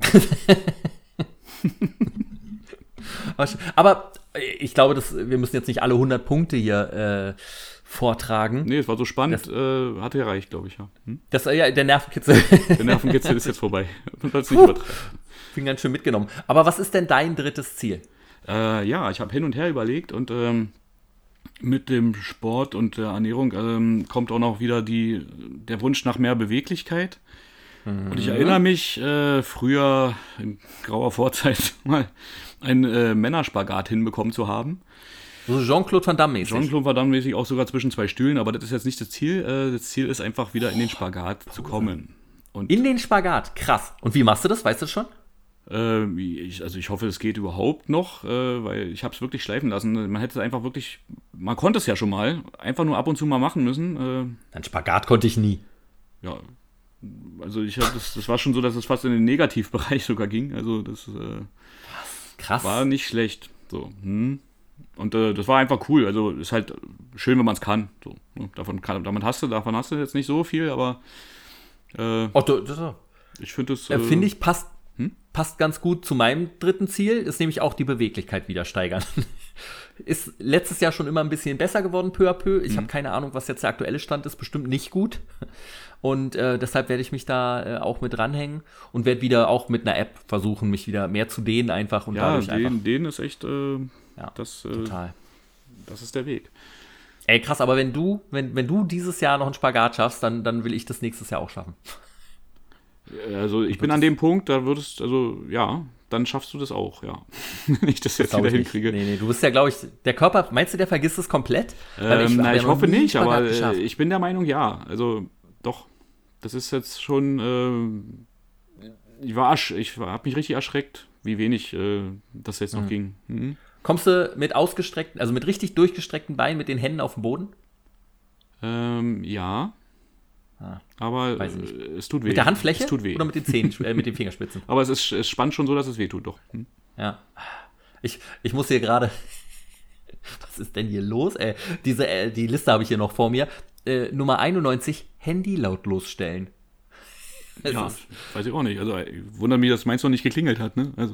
aber ich glaube, dass wir müssen jetzt nicht alle hundert Punkte hier äh, vortragen. Nee, es war so spannend, das, äh, hat gereicht, glaube ich. Ja. Hm? Das, ja, der Nervenkitzel. Der Nervenkitzel ist jetzt vorbei. Nicht bin ganz schön mitgenommen. Aber was ist denn dein drittes Ziel? Äh, ja, ich habe hin und her überlegt und ähm, mit dem Sport und der Ernährung ähm, kommt auch noch wieder die, der Wunsch nach mehr Beweglichkeit. Mhm. Und ich erinnere mich, äh, früher in grauer Vorzeit mal einen äh, Männerspagat hinbekommen zu haben. So Jean-Claude Van Damme mäßig. Jean-Claude Van Damme mäßig, auch sogar zwischen zwei Stühlen, aber das ist jetzt nicht das Ziel. Äh, das Ziel ist einfach wieder in den Spagat oh, zu kommen. Und in den Spagat, krass. Und wie machst du das, weißt du schon? Äh, ich, also ich hoffe, es geht überhaupt noch, äh, weil ich habe es wirklich schleifen lassen. Man hätte es einfach wirklich, man konnte es ja schon mal, einfach nur ab und zu mal machen müssen. Äh, Ein Spagat konnte ich nie. Ja, also ich hab das, das war schon so, dass es fast in den Negativbereich sogar ging. Also das äh, krass. War nicht schlecht. So, hm. Und äh, das war einfach cool. Also ist halt schön, wenn man es kann. So, ne? Davon kann, damit hast du, davon hast du jetzt nicht so viel, aber äh, oh, du, das, ich finde das. Äh, finde ich passt. Hm? Passt ganz gut zu meinem dritten Ziel, ist nämlich auch die Beweglichkeit wieder steigern. Ist letztes Jahr schon immer ein bisschen besser geworden, peu à peu. Ich mhm. habe keine Ahnung, was jetzt der aktuelle Stand ist, bestimmt nicht gut. Und äh, deshalb werde ich mich da äh, auch mit dranhängen und werde wieder auch mit einer App versuchen, mich wieder mehr zu dehnen einfach. Und ja, dadurch dehnen, einfach, dehnen ist echt, äh, ja, das, äh, total. Das ist der Weg. Ey, krass, aber wenn du, wenn, wenn du dieses Jahr noch einen Spagat schaffst, dann, dann will ich das nächstes Jahr auch schaffen. Also ich bin an dem Punkt, da würdest, also ja, dann schaffst du das auch, ja. Wenn ich das jetzt das wieder ich hinkriege. Nee, nee, du bist ja, glaube ich, der Körper, meinst du, der vergisst es komplett? Ähm, ich na, ich hoffe nicht, aber geschafft. Ich bin der Meinung, ja. Also doch, das ist jetzt schon, äh, ich war, ich habe mich richtig erschreckt, wie wenig äh, das jetzt noch mhm. ging. Mhm. Kommst du mit ausgestreckten, also mit richtig durchgestreckten Beinen, mit den Händen auf dem Boden? Ähm, ja. Ah, aber äh, es tut weh. Mit der Handfläche? Es tut weh. Oder mit den Zehen, äh, mit den Fingerspitzen? Aber es ist es spannt schon so, dass es weh tut, doch. Hm? Ja. Ich, ich muss hier gerade. Was ist denn hier los, ey? Diese, äh, die Liste habe ich hier noch vor mir. Äh, Nummer einundneunzig, Handy lautlos stellen. Das ja, weiß ich auch nicht. Also, ich wundere mich, dass meins noch nicht geklingelt hat, ne? Also.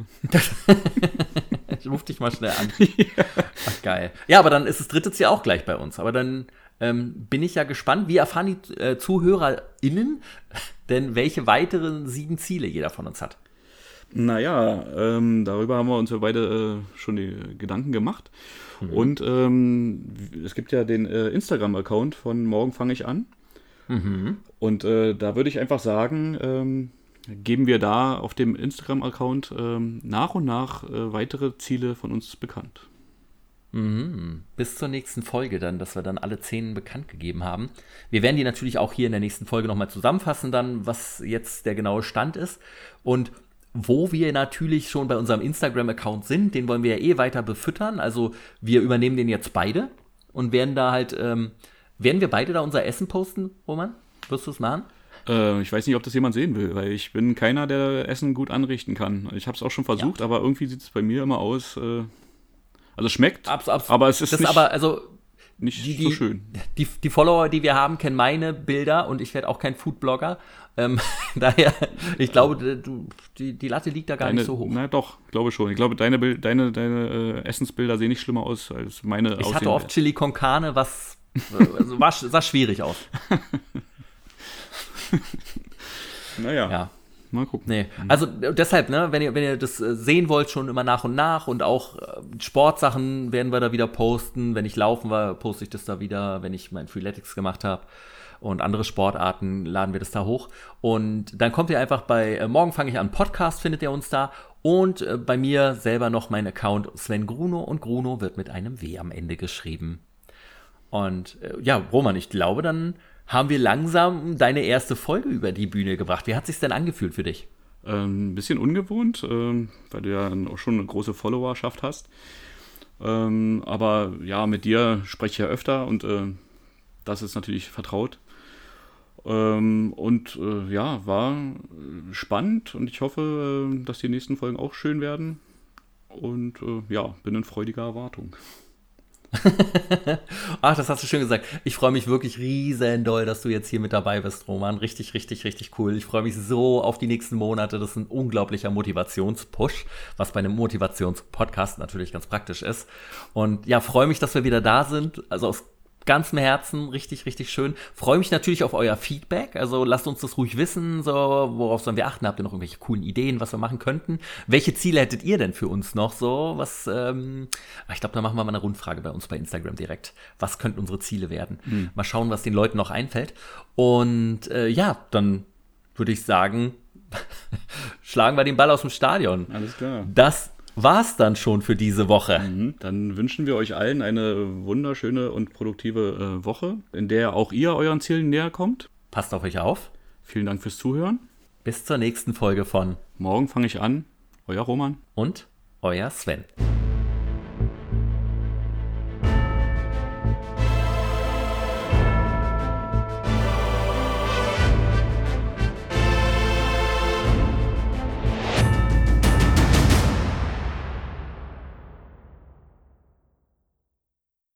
Ich ruf dich mal schnell an. Ja. Ach, geil. Ja, aber dann ist das dritte Ziel auch gleich bei uns. Aber dann ähm, bin ich ja gespannt, wie erfahren die äh, ZuhörerInnen denn, welche weiteren sieben Ziele jeder von uns hat? Naja, ähm, darüber haben wir uns ja beide äh, schon die Gedanken gemacht. Mhm. Und ähm, es gibt ja den äh, Instagram-Account von Morgen fange ich an. Mhm. Und äh, da würde ich einfach sagen, ähm, geben wir da auf dem Instagram-Account ähm, nach und nach äh, weitere Ziele von uns bekannt. Mhm. Bis zur nächsten Folge dann, dass wir dann alle zehn bekannt gegeben haben. Wir werden die natürlich auch hier in der nächsten Folge nochmal zusammenfassen dann, was jetzt der genaue Stand ist. Und wo wir natürlich schon bei unserem Instagram-Account sind, den wollen wir ja eh weiter befüttern. Also wir übernehmen den jetzt beide und werden da halt ähm, Werden wir beide da unser Essen posten, Roman? Wirst du es machen? Äh, ich weiß nicht, ob das jemand sehen will, weil ich bin keiner, der Essen gut anrichten kann. Ich habe es auch schon versucht, ja. aber irgendwie sieht es bei mir immer aus, äh, also es schmeckt, abs, abs, aber es ist das nicht, aber, also, nicht die, so die, schön. Die, die Follower, die wir haben, kennen meine Bilder und ich werde auch kein Foodblogger. Ähm, daher, ich glaube, du, die, die Latte liegt da gar deine, nicht so hoch. Na doch, glaube schon. Ich glaube, deine, Bild, deine, deine äh, Essensbilder sehen nicht schlimmer aus als meine. Ich hatte oft Chili con Carne, was also war, sah schwierig aus. Naja, ja. mal gucken. Nee. Also deshalb, ne, wenn ihr, wenn ihr das sehen wollt, schon immer nach und nach und auch äh, Sportsachen werden wir da wieder posten. Wenn ich laufen war, poste ich das da wieder. Wenn ich mein Freeletics gemacht habe und andere Sportarten, laden wir das da hoch. Und dann kommt ihr einfach bei äh, Morgen fange ich an Podcast, findet ihr uns da. Und äh, bei mir selber noch mein Account Sven Gruno und Gruno wird mit einem W am Ende geschrieben. Und äh, ja, Roman, ich glaube, dann haben wir langsam deine erste Folge über die Bühne gebracht. Wie hat es sich denn angefühlt für dich? Ähm, ein bisschen ungewohnt, ähm, weil du ja auch schon eine große Followerschaft hast. Ähm, aber ja, mit dir spreche ich ja öfter und äh, das ist natürlich vertraut. Ähm, und äh, ja, war spannend und ich hoffe, äh, dass die nächsten Folgen auch schön werden. Und äh, ja, bin in freudiger Erwartung. Ach, das hast du schön gesagt. Ich freue mich wirklich riesen doll, dass du jetzt hier mit dabei bist, Roman. Richtig, richtig, richtig cool. Ich freue mich so auf die nächsten Monate. Das ist ein unglaublicher Motivationspush, was bei einem Motivationspodcast natürlich ganz praktisch ist. Und ja, freue mich, dass wir wieder da sind. Also aus ganzem Herzen, richtig, richtig schön. Freue mich natürlich auf euer Feedback. Also lasst uns das ruhig wissen. So, worauf sollen wir achten? Habt ihr noch irgendwelche coolen Ideen, was wir machen könnten? Welche Ziele hättet ihr denn für uns noch so? Was, ähm, ich glaube, da machen wir mal eine Rundfrage bei uns bei Instagram direkt. Was könnten unsere Ziele werden? Hm. Mal schauen, was den Leuten noch einfällt. Und äh, ja, dann würde ich sagen, schlagen wir den Ball aus dem Stadion. Alles klar. Das war's dann schon für diese Woche. Mhm, dann wünschen wir euch allen eine wunderschöne und produktive äh, Woche, in der auch ihr euren Zielen näher kommt. Passt auf euch auf. Vielen Dank fürs Zuhören. Bis zur nächsten Folge von Morgen fange ich an. Euer Roman. Und euer Sven.